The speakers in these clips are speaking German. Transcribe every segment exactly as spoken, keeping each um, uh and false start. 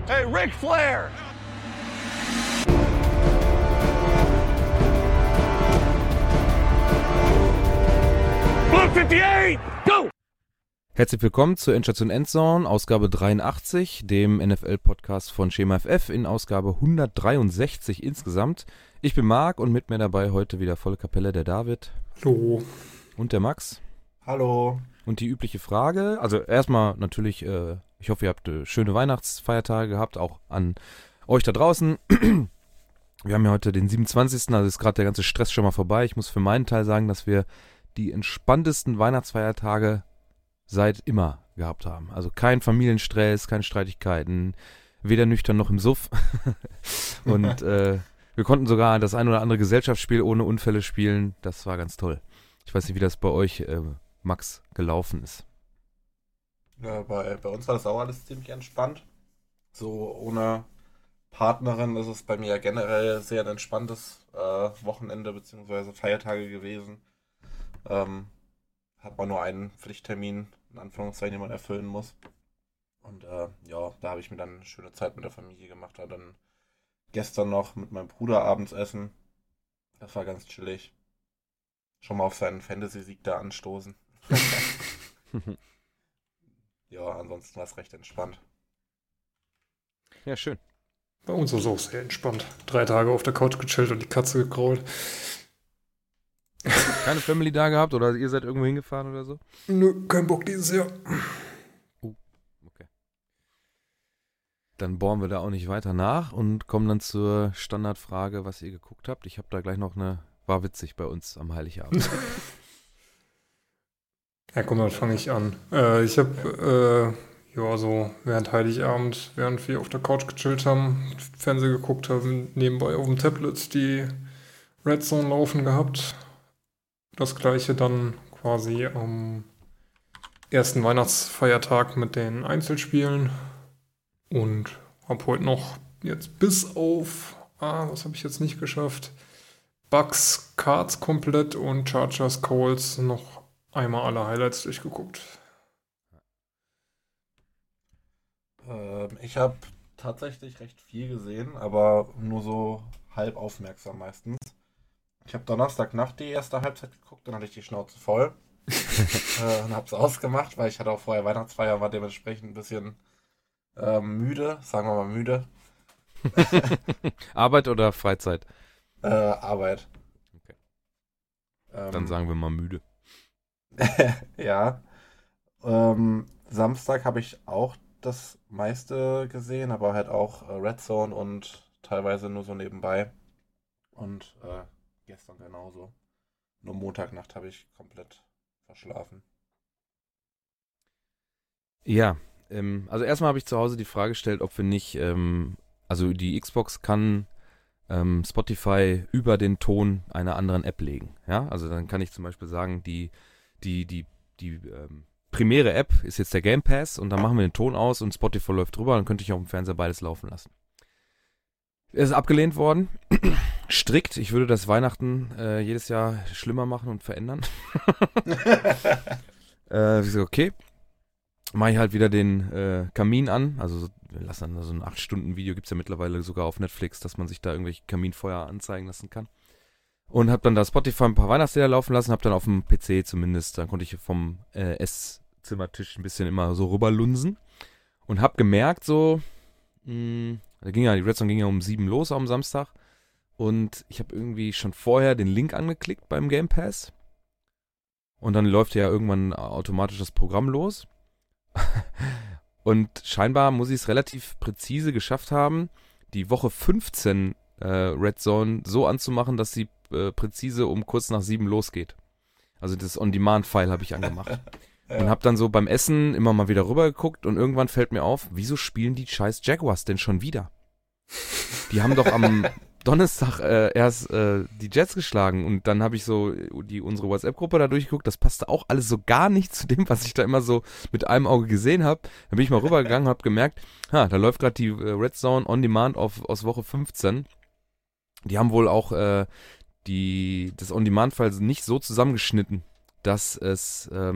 Hey, Ric Flair! Blue fifty-eight, go! Herzlich willkommen zur Endstation Endzone, Ausgabe dreiundachtzig, dem N F L-Podcast von Schema F F in Ausgabe hundertdreiundsechzig insgesamt. Ich bin Marc und mit mir dabei heute wieder volle Kapelle der David. Hallo. Und der Max. Hallo. Und die übliche Frage, also erstmal natürlich, äh, ich hoffe, ihr habt äh, schöne Weihnachtsfeiertage gehabt, auch an euch da draußen. Wir haben ja heute den siebenundzwanzigsten, also ist gerade der ganze Stress schon mal vorbei. Ich muss für meinen Teil sagen, dass wir die entspanntesten Weihnachtsfeiertage seit immer gehabt haben. Also kein Familienstress, keine Streitigkeiten, weder nüchtern noch im Suff. Und äh, wir konnten sogar das ein oder andere Gesellschaftsspiel ohne Unfälle spielen. Das war ganz toll. Ich weiß nicht, wie das bei euch, äh, Max, gelaufen ist. Ja, bei, bei uns war das auch alles ziemlich entspannt. So ohne Partnerin ist es bei mir ja generell sehr ein entspanntes äh, Wochenende bzw. Feiertage gewesen. Ähm, hat man nur einen Pflichttermin, in Anführungszeichen, den man erfüllen muss. Und äh, ja, da habe ich mir dann eine schöne Zeit mit der Familie gemacht. Und dann gestern noch mit meinem Bruder abends essen. Das war ganz chillig. Schon mal auf seinen Fantasy-Sieg da anstoßen. Ja, ansonsten war es recht entspannt. Ja, schön. Bei uns ist es auch sehr entspannt. Drei Tage auf der Couch gechillt und die Katze gekrault. Keine Family da gehabt oder ihr seid irgendwo hingefahren oder so? Nö, kein Bock dieses Jahr. Oh, okay. Dann bohren wir da auch nicht weiter nach und kommen dann zur Standardfrage, was ihr geguckt habt. Ich habe da gleich noch eine, war witzig bei uns am Heiligabend. Ja, komm, dann fange ich an. Äh, ich habe, äh, ja, so während Heiligabend, während wir auf der Couch gechillt haben, Fernsehen geguckt haben, nebenbei auf dem Tablet die Red Zone laufen gehabt. Das gleiche dann quasi am ersten Weihnachtsfeiertag mit den Einzelspielen. Und habe heute noch jetzt bis auf, ah, was habe ich jetzt nicht geschafft? Bucks, Cards komplett und Chargers, Colts noch einmal alle Highlights durchgeguckt. Ähm, ich habe tatsächlich recht viel gesehen, aber nur so halb aufmerksam meistens. Ich habe Donnerstagnacht die erste Halbzeit geguckt, dann hatte ich die Schnauze voll äh, und habe es ausgemacht, weil ich hatte auch vorher Weihnachtsfeier, war dementsprechend ein bisschen äh, müde, sagen wir mal müde. Arbeit oder Freizeit? Äh, Arbeit. Okay. Ähm, Dann sagen wir mal müde. ja. Ähm, Samstag habe ich auch das meiste gesehen, aber halt auch äh, Red Zone und teilweise nur so nebenbei. Und äh, gestern genauso. Nur Montagnacht habe ich komplett verschlafen. Ja, ähm, also erstmal habe ich zu Hause die Frage gestellt, ob wir nicht, ähm, also die Xbox kann ähm, Spotify über den Ton einer anderen App legen. Ja, also dann kann ich zum Beispiel sagen, die die die die ähm, primäre App ist jetzt der Game Pass und dann machen wir den Ton aus und Spotify läuft drüber, dann könnte ich auf dem Fernseher beides laufen lassen. Es ist abgelehnt worden. Strikt. Ich würde das Weihnachten äh, jedes Jahr schlimmer machen und verändern. äh, ich so, okay. Mache ich halt wieder den äh, Kamin an. Also so, lass dann so ein acht Stunden Video gibt es ja mittlerweile sogar auf Netflix, dass man sich da irgendwelche Kaminfeuer anzeigen lassen kann. Und habe dann da Spotify ein paar Weihnachtslieder laufen lassen, habe dann auf dem P C zumindest, dann konnte ich vom äh, Esszimmertisch ein bisschen immer so rüberlunsen und habe gemerkt so, mh, da ging ja, die Red Zone ging ja um sieben los am Samstag und ich habe irgendwie schon vorher den Link angeklickt beim Game Pass und dann läuft ja irgendwann automatisch das Programm los und scheinbar muss ich es relativ präzise geschafft haben, die Woche fünfzehn äh, Red Zone so anzumachen, dass sie äh, präzise um kurz nach sieben losgeht. Also das On-Demand-File habe ich angemacht. Ja. Und habe dann so beim Essen immer mal wieder rüber geguckt und irgendwann fällt mir auf, wieso spielen die scheiß Jaguars denn schon wieder? Die haben doch am Donnerstag äh, erst äh, die Jets geschlagen und dann habe ich so die unsere WhatsApp-Gruppe da durchgeguckt, das passte auch alles so gar nicht zu dem, was ich da immer so mit einem Auge gesehen habe. Dann bin ich mal rübergegangen und habe gemerkt, ha, da läuft gerade die äh, Red Zone On Demand auf, aus Woche fünfzehn. Die haben wohl auch äh, die das On Demand-File nicht so zusammengeschnitten, dass es ähm,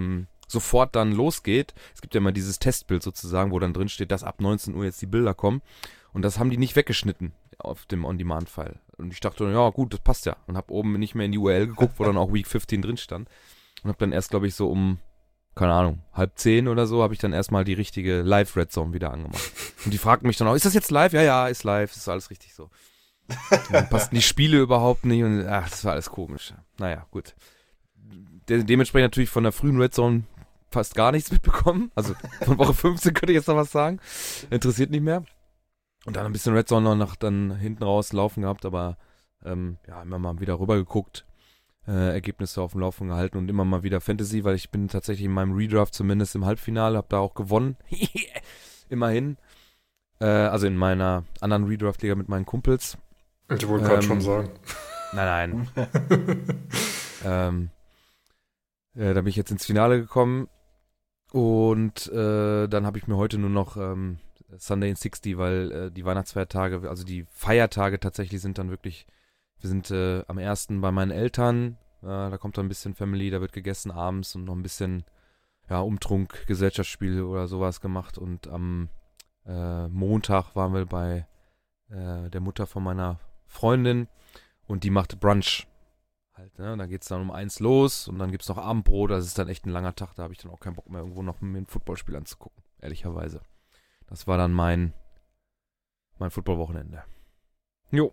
sofort dann losgeht. Es gibt ja immer dieses Testbild sozusagen, wo dann drin steht, dass ab neunzehn Uhr jetzt die Bilder kommen. Und das haben die nicht weggeschnitten auf dem On-Demand-File. Und ich dachte, ja gut, das passt ja. Und habe oben nicht mehr in die U R L geguckt, wo dann auch Week fünfzehn drin stand. Und habe dann erst, glaube ich, so um, keine Ahnung, halb zehn oder so, habe ich dann erstmal die richtige Live-Red Zone wieder angemacht. Und die fragten mich dann auch, ist das jetzt live? Ja, ja, ist live, ist alles richtig so. Und dann passten die Spiele überhaupt nicht und ach, das war alles komisch. Naja, gut. De- dementsprechend natürlich von der frühen Red Zone fast gar nichts mitbekommen. Also von Woche fünfzehn könnte ich jetzt noch was sagen. Interessiert nicht mehr. Und dann ein bisschen Red Zone noch nach dann hinten raus laufen gehabt, aber ähm, ja, immer mal wieder rübergeguckt, äh, Ergebnisse auf dem Laufen gehalten und immer mal wieder Fantasy, weil ich bin tatsächlich in meinem Redraft zumindest im Halbfinale, habe da auch gewonnen. Immerhin. Äh, also in meiner anderen Redraft-Liga mit meinen Kumpels. Ich wollte gerade Ähm, schon sagen. Nein, nein. ähm, äh, da bin ich jetzt ins Finale gekommen und äh, dann habe ich mir heute nur noch ähm, Sunday in sechzig, weil äh, die Weihnachtsfeiertage, also die Feiertage tatsächlich sind dann wirklich, wir sind äh, am ersten bei meinen Eltern, äh, da kommt dann ein bisschen Family, da wird gegessen abends und noch ein bisschen ja, Umtrunk, Gesellschaftsspiel oder sowas gemacht und am äh, Montag waren wir bei äh, der Mutter von meiner Freundin und die macht Brunch halt, ne? Und dann geht's dann um eins los und dann gibt's noch Abendbrot, das ist dann echt ein langer Tag, da habe ich dann auch keinen Bock mehr, irgendwo noch mir ein Footballspiel anzugucken, ehrlicherweise. Das war dann mein mein Footballwochenende. Jo.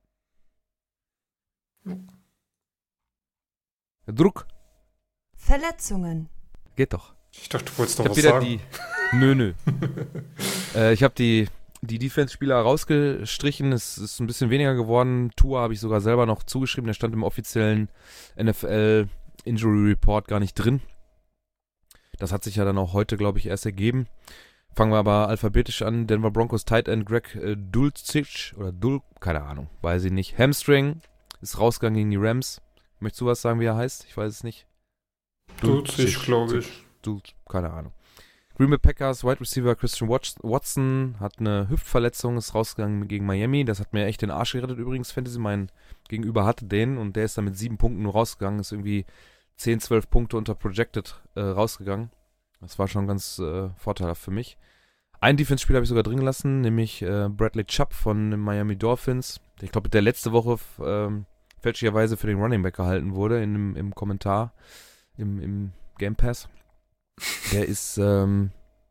Der Druck. Verletzungen. Geht doch. Ich dachte, du wolltest Ich noch hab was wieder sagen. die. Nö, nö. äh, ich habe die, die Defense-Spieler rausgestrichen. Es ist ein bisschen weniger geworden. Tua habe ich sogar selber noch zugeschrieben. Der stand im offiziellen N F L Injury Report gar nicht drin. Das hat sich ja dann auch heute, glaube ich, erst ergeben. Fangen wir aber alphabetisch an. Denver Broncos Tight End Greg äh, Dulcich oder Dul, keine Ahnung, weiß ich nicht. Hamstring ist rausgegangen gegen die Rams. Möchtest du was sagen, wie er heißt? Ich weiß es nicht. Dulcich, glaube ich. Dul, keine Ahnung. Green Bay Packers Wide Receiver Christian Watson hat eine Hüftverletzung, ist rausgegangen gegen Miami. Das hat mir echt den Arsch gerettet übrigens. Fantasy, mein Gegenüber hatte den und der ist dann mit sieben Punkten nur rausgegangen. Ist irgendwie zehn, zwölf Punkte unter Projected äh, rausgegangen. Das war schon ganz äh, vorteilhaft für mich. Ein Defense-Spieler habe ich sogar drin gelassen, nämlich äh, Bradley Chubb von den Miami Dolphins. Ich glaube, der letzte Woche ähm, fälschlicherweise für den Running Back gehalten wurde in, im, im Kommentar, im, im Game Pass. Der ist ähm,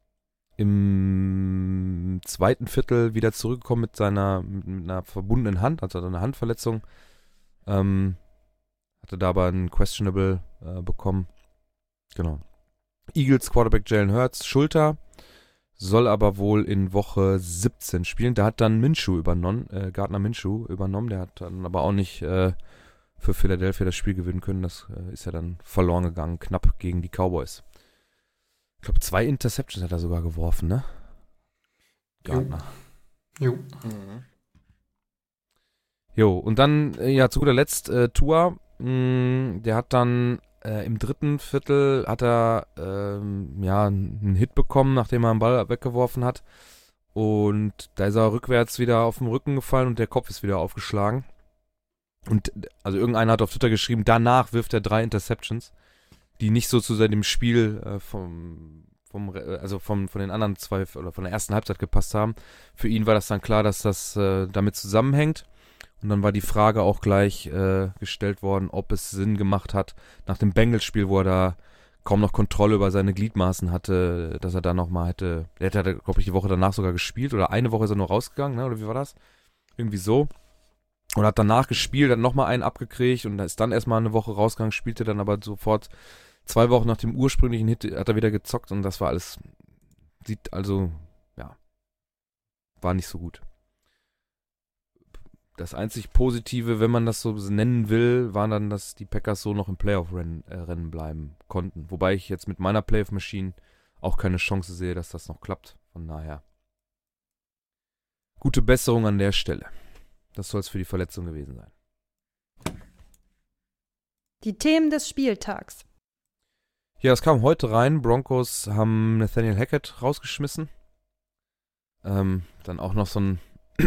im zweiten Viertel wieder zurückgekommen mit seiner mit einer verbundenen Hand, also eine Handverletzung. Ähm, hatte da aber ein Questionable äh, bekommen. Genau. Eagles Quarterback Jalen Hurts, Schulter, soll aber wohl in Woche siebzehn spielen. Da hat dann Minshew übernommen, äh, Gardner Minshew übernommen. Der hat dann aber auch nicht äh, für Philadelphia das Spiel gewinnen können. Das äh, ist ja dann verloren gegangen, knapp gegen die Cowboys. Ich glaube, zwei Interceptions hat er sogar geworfen, ne? Gardner. Jo. Mhm. Jo, und dann, äh, ja, zu guter Letzt, äh, Tua, mh, der hat dann äh, im dritten Viertel hat er, ähm, ja, einen Hit bekommen, nachdem er einen Ball weggeworfen hat. Und da ist er rückwärts wieder auf den Rücken gefallen und der Kopf ist wieder aufgeschlagen. Und, also irgendeiner hat auf Twitter geschrieben, danach wirft er drei Interceptions, die nicht so zu seinem Spiel äh, vom, vom, also vom, von den anderen zwei, oder von der ersten Halbzeit gepasst haben. Für ihn war das dann klar, dass das äh, damit zusammenhängt. Und dann war die Frage auch gleich äh, gestellt worden, ob es Sinn gemacht hat, nach dem Bengals-Spiel, wo er da kaum noch Kontrolle über seine Gliedmaßen hatte, dass er da nochmal hätte, der hätte, glaube ich, die Woche danach sogar gespielt, oder eine Woche ist er nur rausgegangen, ne? Oder wie war das? Irgendwie so. Und hat danach gespielt, hat nochmal einen abgekriegt und ist dann erstmal eine Woche rausgegangen, spielte dann aber sofort zwei Wochen nach dem ursprünglichen Hit, hat er wieder gezockt und das war alles, sieht also, ja, war nicht so gut. Das einzig Positive, wenn man das so nennen will, war dann, dass die Packers so noch im Playoff-Rennen äh, Rennen bleiben konnten. Wobei ich jetzt mit meiner Playoff-Machine auch keine Chance sehe, dass das noch klappt. Von daher, gute Besserung an der Stelle. Das soll es für die Verletzung gewesen sein. Die Themen des Spieltags. Ja, es kam heute rein. Broncos haben Nathaniel Hackett rausgeschmissen. Ähm, dann auch noch so ein...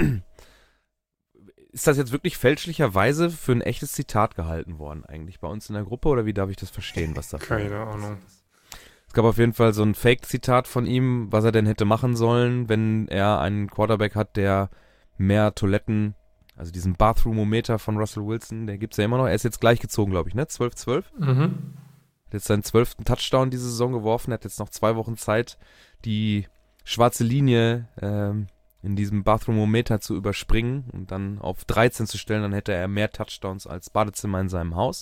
Ist das jetzt wirklich fälschlicherweise für ein echtes Zitat gehalten worden eigentlich bei uns in der Gruppe oder wie darf ich das verstehen, was da Keine Ahnung. Es gab auf jeden Fall so ein Fake-Zitat von ihm, was er denn hätte machen sollen, wenn er einen Quarterback hat, der mehr Toiletten, also diesen Bathroom-O-Meter von Russell Wilson, der gibt's ja immer noch. Er ist jetzt gleich gezogen, glaube ich, ne? zwölf zwölf. Mhm. Hat jetzt seinen zwölften Touchdown diese Saison geworfen, hat jetzt noch zwei Wochen Zeit, die schwarze Linie ähm, in diesem Bathroom-O-Meter zu überspringen und dann auf dreizehn zu stellen, dann hätte er mehr Touchdowns als Badezimmer in seinem Haus.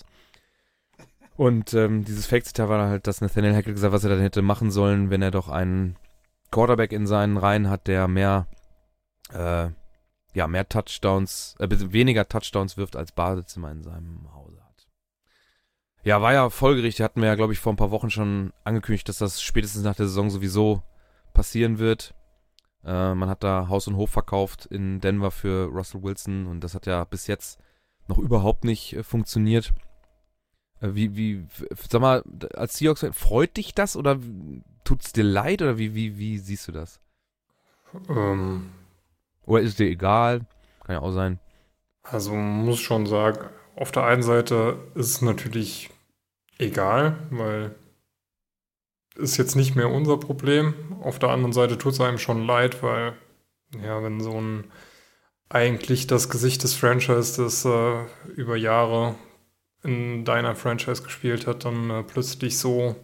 Und ähm, dieses Fake-Zitat war halt, dass Nathaniel Hackett gesagt hat, was er dann hätte machen sollen, wenn er doch einen Quarterback in seinen Reihen hat, der mehr äh, ja, mehr Touchdowns, äh, weniger Touchdowns wirft als Badezimmer in seinem Hause hat. Ja, war ja folgerichtig, hatten wir ja, glaube ich, vor ein paar Wochen schon angekündigt, dass das spätestens nach der Saison sowieso passieren wird. Äh, man hat da Haus und Hof verkauft in Denver für Russell Wilson und das hat ja bis jetzt noch überhaupt nicht äh, funktioniert. Äh, wie, wie, sag mal, als Seahawks-Fan, freut dich das oder tut's dir leid oder wie, wie, wie siehst du das? Ähm, Oder ist dir egal? Kann ja auch sein. also man muss schon sagen, auf der einen Seite ist es natürlich egal, weil ist jetzt nicht mehr unser Problem. Auf der anderen Seite tut es einem schon leid, weil ja, wenn so ein eigentlich das Gesicht des Franchises, das äh, über Jahre in deiner Franchise gespielt hat, dann äh, plötzlich so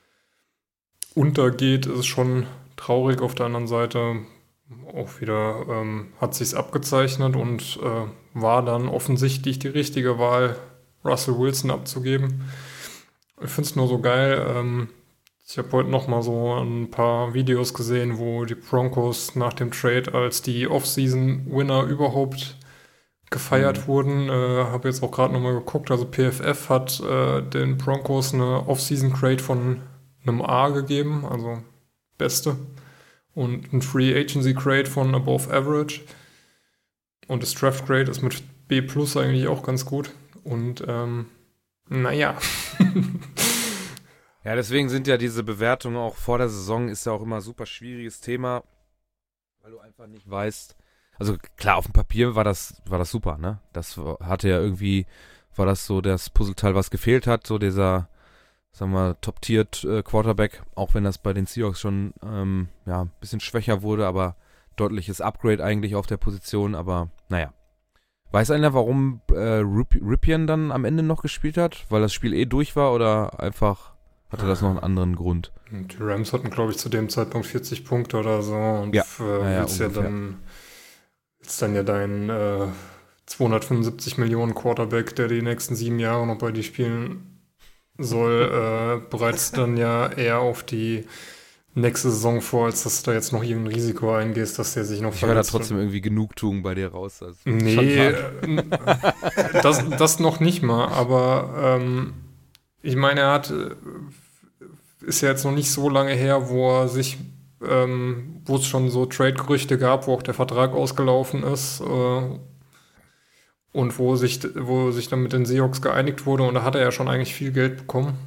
untergeht, ist schon traurig. Auf der anderen Seite auch wieder ähm, hat sich's abgezeichnet und äh, war dann offensichtlich die richtige Wahl, Russell Wilson abzugeben. Ich finde es nur so geil. Ähm, ich habe heute noch mal so ein paar Videos gesehen, wo die Broncos nach dem Trade als die Off-Season-Winner überhaupt gefeiert mhm. wurden. Äh, habe jetzt auch gerade noch mal geguckt. Also P F F hat äh, den Broncos eine Off-Season-Grade von einem A gegeben, also beste. Und ein Free Agency Grade von Above Average. Und das Draft Grade ist mit B plus eigentlich auch ganz gut. Und ähm, naja. Ja, deswegen sind ja diese Bewertungen auch vor der Saison ist ja auch immer ein super schwieriges Thema, weil du einfach nicht weißt. Also klar, auf dem Papier war das, war das super, ne? Das hatte ja irgendwie, war das so das Puzzleteil, was gefehlt hat, so dieser, sagen wir, Top-Tier-Quarterback, auch wenn das bei den Seahawks schon ähm, ja, ein bisschen schwächer wurde, aber deutliches Upgrade eigentlich auf der Position, aber naja. Weiß einer, warum äh, Ripien dann am Ende noch gespielt hat? Weil das Spiel eh durch war oder einfach hatte das noch einen anderen Grund? Die Rams hatten, glaube ich, zu dem Zeitpunkt vierzig Punkte oder so und ja. Für, ja, ja, willst ja dann willst dann ja deinen äh, zweihundertfünfundsiebzig Millionen Quarterback, der die nächsten sieben Jahre noch bei dir spielen soll, äh, bereits dann ja eher auf die nächste Saison vor, als dass du da jetzt noch irgendein Risiko eingehst, dass der sich noch verletzt. Ich höre da trotzdem irgendwie Genugtuung bei dir raus. Also nee, das, das noch nicht mal, aber ähm, ich meine, er hat ist ja jetzt noch nicht so lange her, wo er sich ähm, wo es schon so Trade-Gerüchte gab, wo auch der Vertrag ausgelaufen ist äh, und wo sich, wo sich dann mit den Seahawks geeinigt wurde und da hat er ja schon eigentlich viel Geld bekommen.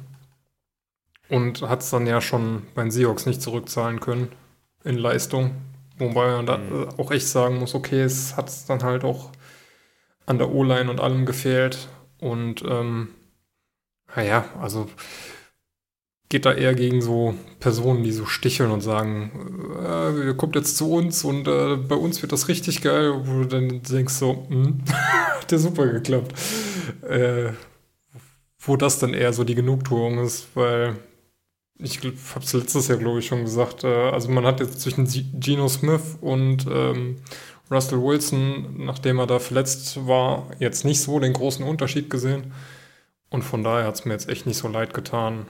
Und hat es dann ja schon bei den Seahawks nicht zurückzahlen können in Leistung. Wobei man da mhm. auch echt sagen muss, okay, es hat es dann halt auch an der O-Line und allem gefehlt. Und ähm, naja, also geht da eher gegen so Personen, die so sticheln und sagen, äh, ihr kommt jetzt zu uns und äh, bei uns wird das richtig geil. Wo du dann denkst so, hm, hat ja super geklappt. Äh, wo das dann eher so die Genugtuung ist, weil ich habe es letztes Jahr, glaube ich, schon gesagt. Äh, also man hat jetzt zwischen Geno Smith und ähm, Russell Wilson, nachdem er da verletzt war, jetzt nicht so den großen Unterschied gesehen. Und von daher hat es mir jetzt echt nicht so leid getan.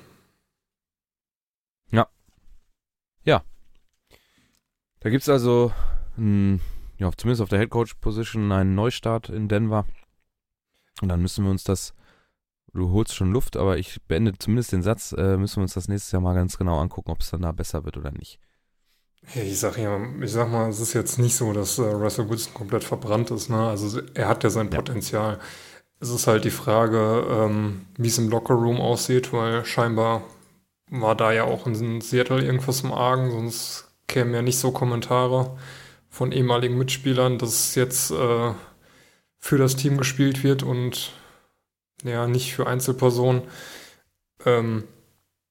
Ja. Ja. Da gibt es also, ein, ja, zumindest auf der Headcoach-Position einen Neustart in Denver. Und dann müssen wir uns das Du holst schon Luft, aber ich beende zumindest den Satz, äh, müssen wir uns das nächstes Jahr mal ganz genau angucken, ob es dann da besser wird oder nicht. Ich sag ja, ich sag mal, es ist jetzt nicht so, dass äh, Russell Wilson komplett verbrannt ist, ne? Also er hat ja sein ja. Potenzial. Es ist halt die Frage, ähm, wie es im Lockerroom aussieht, weil scheinbar war da ja auch in Seattle irgendwas im Argen, sonst kämen ja nicht so Kommentare von ehemaligen Mitspielern, dass es jetzt äh, für das Team gespielt wird und ja, nicht für Einzelpersonen. Ähm,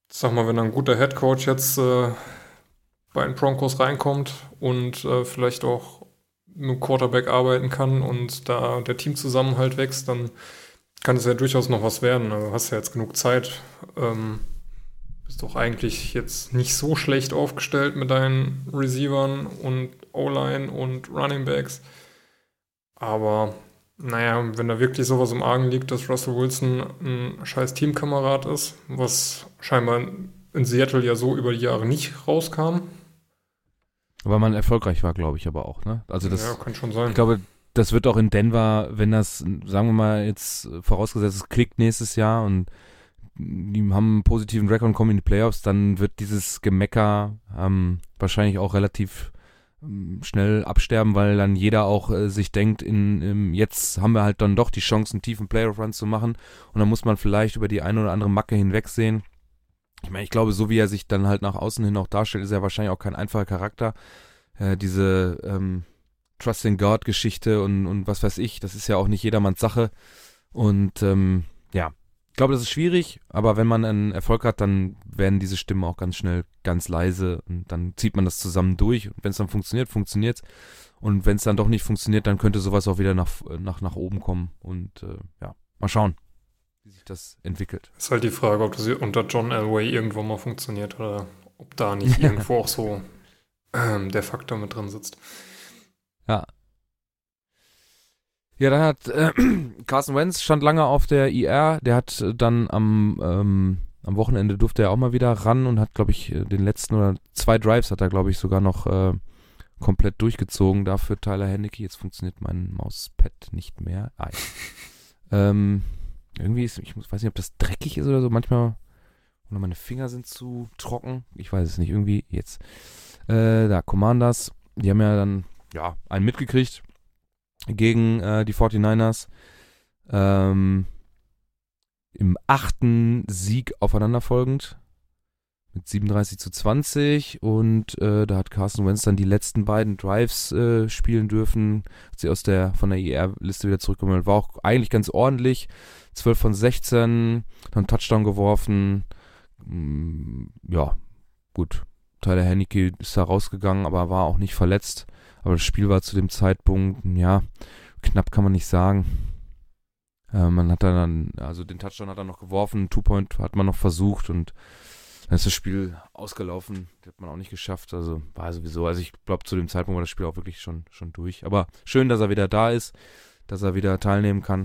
sag mal, wenn ein guter Headcoach jetzt äh, bei den Broncos reinkommt und äh, vielleicht auch mit dem Quarterback arbeiten kann und da der Teamzusammenhalt wächst, dann kann es ja durchaus noch was werden. Also hast ja jetzt genug Zeit. Ähm, bist doch eigentlich jetzt nicht so schlecht aufgestellt mit deinen Receivern und O-Line und Running Backs. Aber naja, wenn da wirklich sowas im Argen liegt, dass Russell Wilson ein scheiß Teamkamerad ist, was scheinbar in Seattle ja so über die Jahre nicht rauskam. Weil man erfolgreich war, glaube ich, aber auch, ne? Also das, ja, kann schon sein. Ich glaube, das wird auch in Denver, wenn das, sagen wir mal, jetzt vorausgesetzt, es klickt nächstes Jahr und die haben einen positiven Rekord und kommen in die Playoffs, dann wird dieses Gemecker ähm, wahrscheinlich auch relativ ähm, schnell absterben, weil dann jeder auch äh, sich denkt, in, in, jetzt haben wir halt dann doch die Chance, einen tiefen Playoff-Run zu machen und dann muss man vielleicht über die eine oder andere Macke hinwegsehen. Ich meine, ich glaube, so wie er sich dann halt nach außen hin auch darstellt, ist er wahrscheinlich auch kein einfacher Charakter. Äh, diese ähm, Trust in God-Geschichte und, und was weiß ich, das ist ja auch nicht jedermanns Sache. Und ähm, ja, ich glaube, das ist schwierig, aber wenn man einen Erfolg hat, dann werden diese Stimmen auch ganz schnell ganz leise und dann zieht man das zusammen durch. Und wenn es dann funktioniert, funktioniert es. Und wenn es dann doch nicht funktioniert, dann könnte sowas auch wieder nach, nach, nach oben kommen. Und äh, ja, mal schauen, wie sich das entwickelt. Ist halt die Frage, ob das unter John Elway irgendwann mal funktioniert oder ob da nicht irgendwo auch so ähm, der Faktor mit drin sitzt. Ja. Ja, dann hat äh, Carson Wentz stand lange auf der I R, der hat dann am, ähm, am Wochenende durfte er auch mal wieder ran und hat, glaube ich, den letzten oder zwei Drives hat er, glaube ich, sogar noch äh, komplett durchgezogen. Dafür Tyler Henneke. Jetzt funktioniert mein Mauspad nicht mehr. Ah, ja. ähm, irgendwie ist, ich weiß nicht, ob das dreckig ist oder so, manchmal, oder meine Finger sind zu trocken, ich weiß es nicht, irgendwie jetzt. Äh, da, Commanders, die haben ja dann, ja, einen mitgekriegt gegen äh, die forty-niners. Ähm, im achten Sieg aufeinanderfolgend mit siebenunddreißig zu zwanzig und äh, da hat Carson Wentz dann die letzten beiden Drives äh, spielen dürfen, hat sie aus der von der I R-Liste wieder zurückgemeldet, war auch eigentlich ganz ordentlich, zwölf von sechzehn, dann Touchdown geworfen, mm, ja, gut, Tyler Henneke ist da rausgegangen, aber war auch nicht verletzt. Aber das Spiel war zu dem Zeitpunkt, ja, knapp kann man nicht sagen. Äh, man hat dann, also den Touchdown hat er noch geworfen, Two-Point hat man noch versucht und dann ist das Spiel ausgelaufen. Das hat man auch nicht geschafft. Also war sowieso, also ich glaube, zu dem Zeitpunkt war das Spiel auch wirklich schon, schon durch. Aber schön, dass er wieder da ist, dass er wieder teilnehmen kann.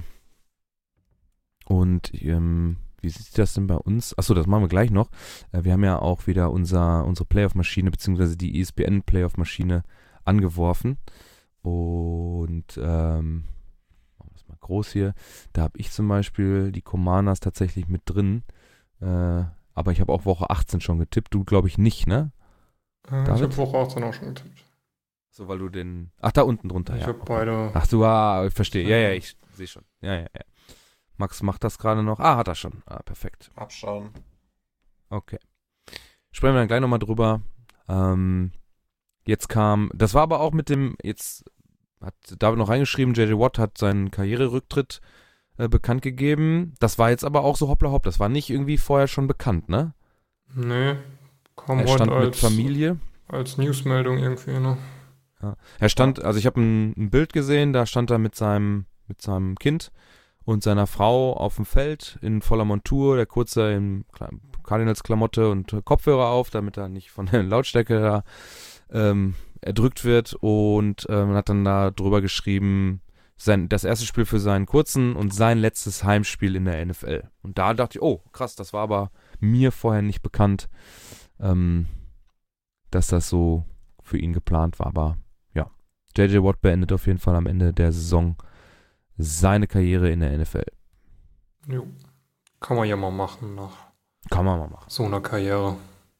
Und ähm, wie sieht das denn bei uns? Achso, das machen wir gleich noch. Äh, wir haben ja auch wieder unser, unsere Playoff-Maschine, beziehungsweise die E S P N-Playoff-Maschine angeworfen. Und ähm, machen wir es mal groß hier. Da habe ich zum Beispiel die Commanders tatsächlich mit drin. Äh, aber ich habe auch Woche achtzehn schon getippt. Du, glaube ich, nicht, ne? Äh, ich habe Woche achtzehn auch schon getippt. So, weil du den... Ach, da unten drunter, ich ja. Ich habe beide... Ach, du, ah, ich verstehe. Ja, ja, ich sehe schon. Ja, ja, ja. Max macht das gerade noch. Ah, hat er schon. Ah, perfekt. Abschauen. Okay. Sprechen wir dann gleich nochmal drüber. Ähm, jetzt kam, das war aber auch mit dem, jetzt hat David noch reingeschrieben, J J Watt hat seinen Karriererücktritt äh, bekannt gegeben. Das war jetzt aber auch so hoppla hopp. Das war nicht irgendwie vorher schon bekannt, ne? Nee, kam er heute stand als, mit Familie. als Newsmeldung irgendwie, ne? Ja. Er stand, also ich habe ein, ein Bild gesehen, da stand er mit seinem, mit seinem Kind und seiner Frau auf dem Feld in voller Montur, der Kurze in Cardinals-Klamotte und Kopfhörer auf, damit er nicht von der Lautstärke da ähm, erdrückt wird und ähm, hat dann da drüber geschrieben, sein, das erste Spiel für seinen Kurzen und sein letztes Heimspiel in der N F L. Und da dachte ich, oh krass, das war aber mir vorher nicht bekannt, ähm, dass das so für ihn geplant war, aber ja, J J Watt beendet auf jeden Fall am Ende der Saison seine Karriere in der N F L. Jo. Kann man ja mal machen nach Kann man mal machen. so einer Karriere.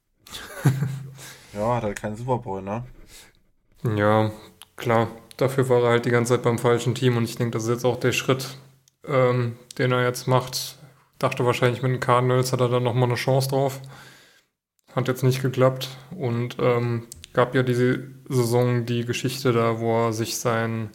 Ja, hat halt keinen Super Bowl, ne? Ja, klar. Dafür war er halt die ganze Zeit beim falschen Team und ich denke, das ist jetzt auch der Schritt, ähm, den er jetzt macht. Dachte wahrscheinlich mit den Cardinals hat er dann nochmal eine Chance drauf. Hat jetzt nicht geklappt und ähm, gab ja diese Saison die Geschichte da, wo er sich sein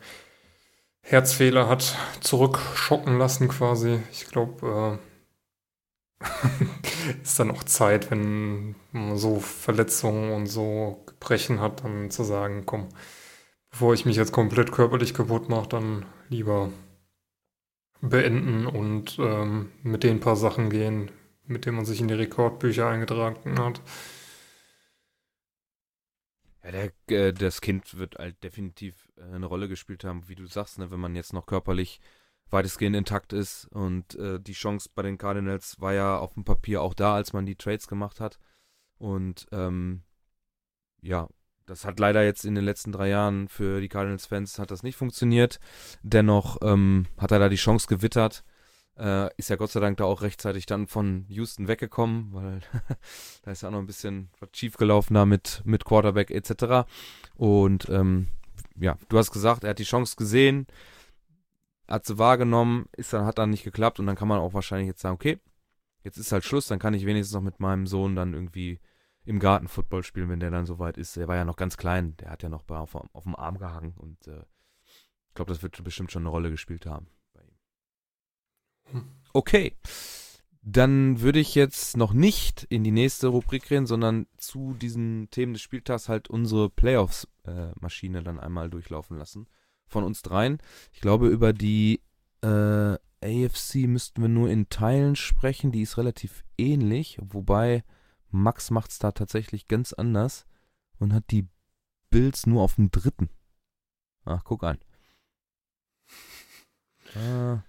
Herzfehler hat zurückschocken lassen quasi. Ich glaube, äh, ist dann auch Zeit, wenn man so Verletzungen und so Gebrechen hat, dann zu sagen, komm, bevor ich mich jetzt komplett körperlich kaputt mache, dann lieber beenden und ähm, mit den paar Sachen gehen, mit denen man sich in die Rekordbücher eingetragen hat. Ja, der, äh, das Kind wird halt definitiv äh, eine Rolle gespielt haben, wie du sagst, ne, wenn man jetzt noch körperlich weitestgehend intakt ist und äh, die Chance bei den Cardinals war ja auf dem Papier auch da, als man die Trades gemacht hat und ähm, ja, das hat leider jetzt in den letzten drei Jahren für die Cardinals-Fans hat das nicht funktioniert, dennoch ähm, hat er da die Chance gewittert, äh, ist ja Gott sei Dank da auch rechtzeitig dann von Houston weggekommen, weil da ist ja auch noch ein bisschen was schiefgelaufen da mit, mit Quarterback et cetera. Und ähm, ja, du hast gesagt, er hat die Chance gesehen, hat sie wahrgenommen, ist dann, hat dann nicht geklappt und dann kann man auch wahrscheinlich jetzt sagen, okay, jetzt ist halt Schluss, dann kann ich wenigstens noch mit meinem Sohn dann irgendwie im Garten Football spielen, wenn der dann soweit ist. Der war ja noch ganz klein, der hat ja noch bei, auf, auf dem Arm gehangen und äh, ich glaube, das wird bestimmt schon eine Rolle gespielt haben bei ihm. Okay, dann würde ich jetzt noch nicht in die nächste Rubrik gehen, sondern zu diesen Themen des Spieltags halt unsere Playoffs-Maschine äh, dann einmal durchlaufen lassen. Von uns dreien. Ich glaube, über die äh, A F C müssten wir nur in Teilen sprechen. Die ist relativ ähnlich, wobei Max macht es da tatsächlich ganz anders und hat die Bills nur auf dem dritten. Ach, guck an. Ah.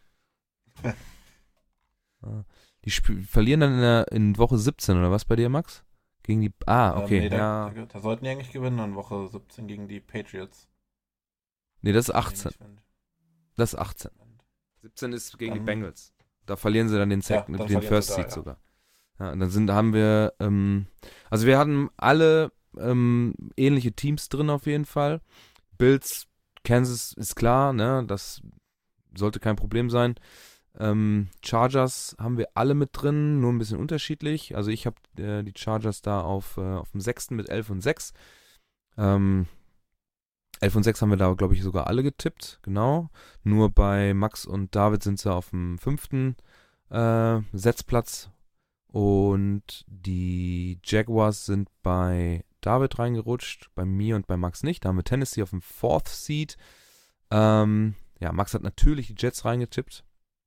ah. Die sp- verlieren dann in, der, in Woche siebzehn, oder was bei dir, Max? Gegen die... Ah, okay. Ähm, nee, ja. da, da sollten die eigentlich gewinnen in Woche siebzehn gegen die Patriots. Nee, das ist achtzehn. Das ist achtzehn. siebzehn ist gegen dann, die Bengals. Da verlieren sie dann den, Sec- ja, den First da, Seed ja. sogar. Ja, und dann sind, haben wir, ähm, also wir hatten alle ähm, ähnliche Teams drin auf jeden Fall. Bills, Kansas ist klar, ne, das sollte kein Problem sein. Ähm, Chargers haben wir alle mit drin, nur ein bisschen unterschiedlich. Also ich habe äh, die Chargers da auf, äh, auf dem sechsten mit elf und sechs. Ähm, elf und sechs haben wir da, glaube ich, sogar alle getippt, genau. Nur bei Max und David sind sie auf dem fünften äh, Setzplatz. Und die Jaguars sind bei David reingerutscht, bei mir und bei Max nicht. Da haben wir Tennessee auf dem Fourth Seed. Ähm, ja, Max hat natürlich die Jets reingetippt.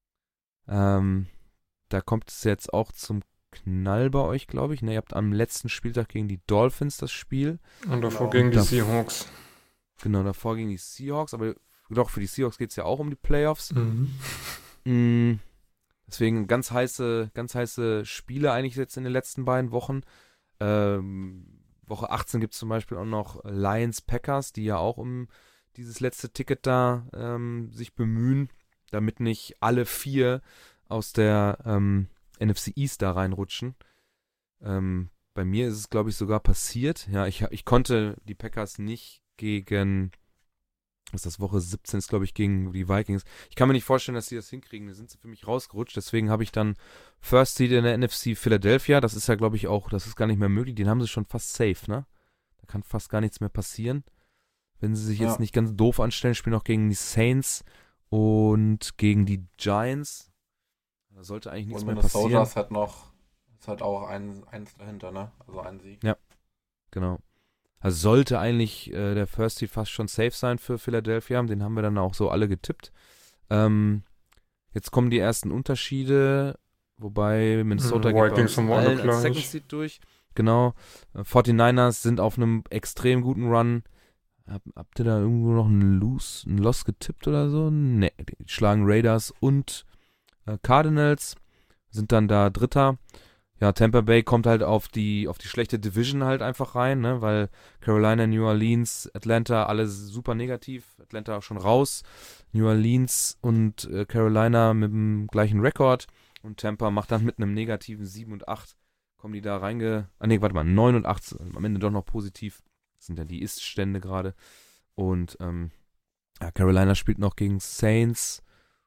Ähm, da kommt es jetzt auch zum Knall bei euch, glaube ich. Ne, ihr habt am letzten Spieltag gegen die Dolphins das Spiel. Und davor Genau. gegen die Dav- Seahawks. Genau, davor gegen die Seahawks. Aber doch, für die Seahawks geht es ja auch um die Playoffs. Mhm. Mm, deswegen ganz heiße, ganz heiße Spiele eigentlich jetzt in den letzten beiden Wochen. Ähm, Woche achtzehn gibt es zum Beispiel auch noch Lions-Packers, die ja auch um dieses letzte Ticket da ähm, sich bemühen, damit nicht alle vier aus der ähm, N F C East da reinrutschen. Ähm, bei mir ist es, glaube ich, sogar passiert. Ja, ich, ich konnte die Packers nicht gegen, was ist das, Woche siebzehn ist, glaube ich, gegen die Vikings. Ich kann mir nicht vorstellen, dass sie das hinkriegen. Da sind sie für mich rausgerutscht. Deswegen habe ich dann First Seed in der N F C Philadelphia. Das ist ja, glaube ich, auch, das ist gar nicht mehr möglich. Den haben sie schon fast safe, ne? Da kann fast gar nichts mehr passieren. Wenn sie sich Ja. jetzt nicht ganz doof anstellen, spielen auch gegen die Saints und gegen die Giants. Da sollte eigentlich nichts Und mehr Minnesota passieren. ist halt noch, ist halt auch ein, eins dahinter, ne? Also ein Sieg. Ja. Genau. Also sollte eigentlich äh, der First Seed fast schon safe sein für Philadelphia. Den haben wir dann auch so alle getippt. Ähm, jetzt kommen die ersten Unterschiede, wobei Minnesota Mhm, geht bei Vikings uns haben wir alle allen als gleich. Second Seed durch. Genau. Äh, forty-niners sind auf einem extrem guten Run. Hab, habt ihr da irgendwo noch einen Lose, einen Loss getippt oder so? Ne, die schlagen Raiders und äh, Cardinals, sind dann da Dritter. Ja, Tampa Bay kommt halt auf die auf die schlechte Division halt einfach rein, ne, weil Carolina, New Orleans, Atlanta, alle super negativ. Atlanta auch schon raus. New Orleans und äh, Carolina mit dem gleichen Rekord. Und Tampa macht dann mit einem negativen sieben und acht, kommen die da reinge... Ah ne, warte mal, neun und acht, am Ende doch noch positiv. Das sind ja die Ist-Stände gerade. Und ähm, ja, Carolina spielt noch gegen Saints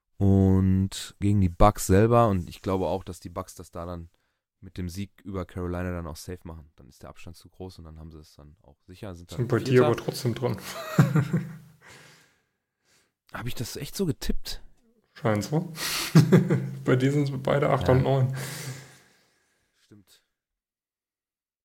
und gegen die Bucks selber. Und ich glaube auch, dass die Bucks das da dann mit dem Sieg über Carolina dann auch safe machen. Dann ist der Abstand zu groß und dann haben sie es dann auch sicher. Sind, dann Sind bei dir Vierter. aber trotzdem dran. Habe ich das echt so getippt? Scheint so. Bei dir sind es beide acht Ja. und neun.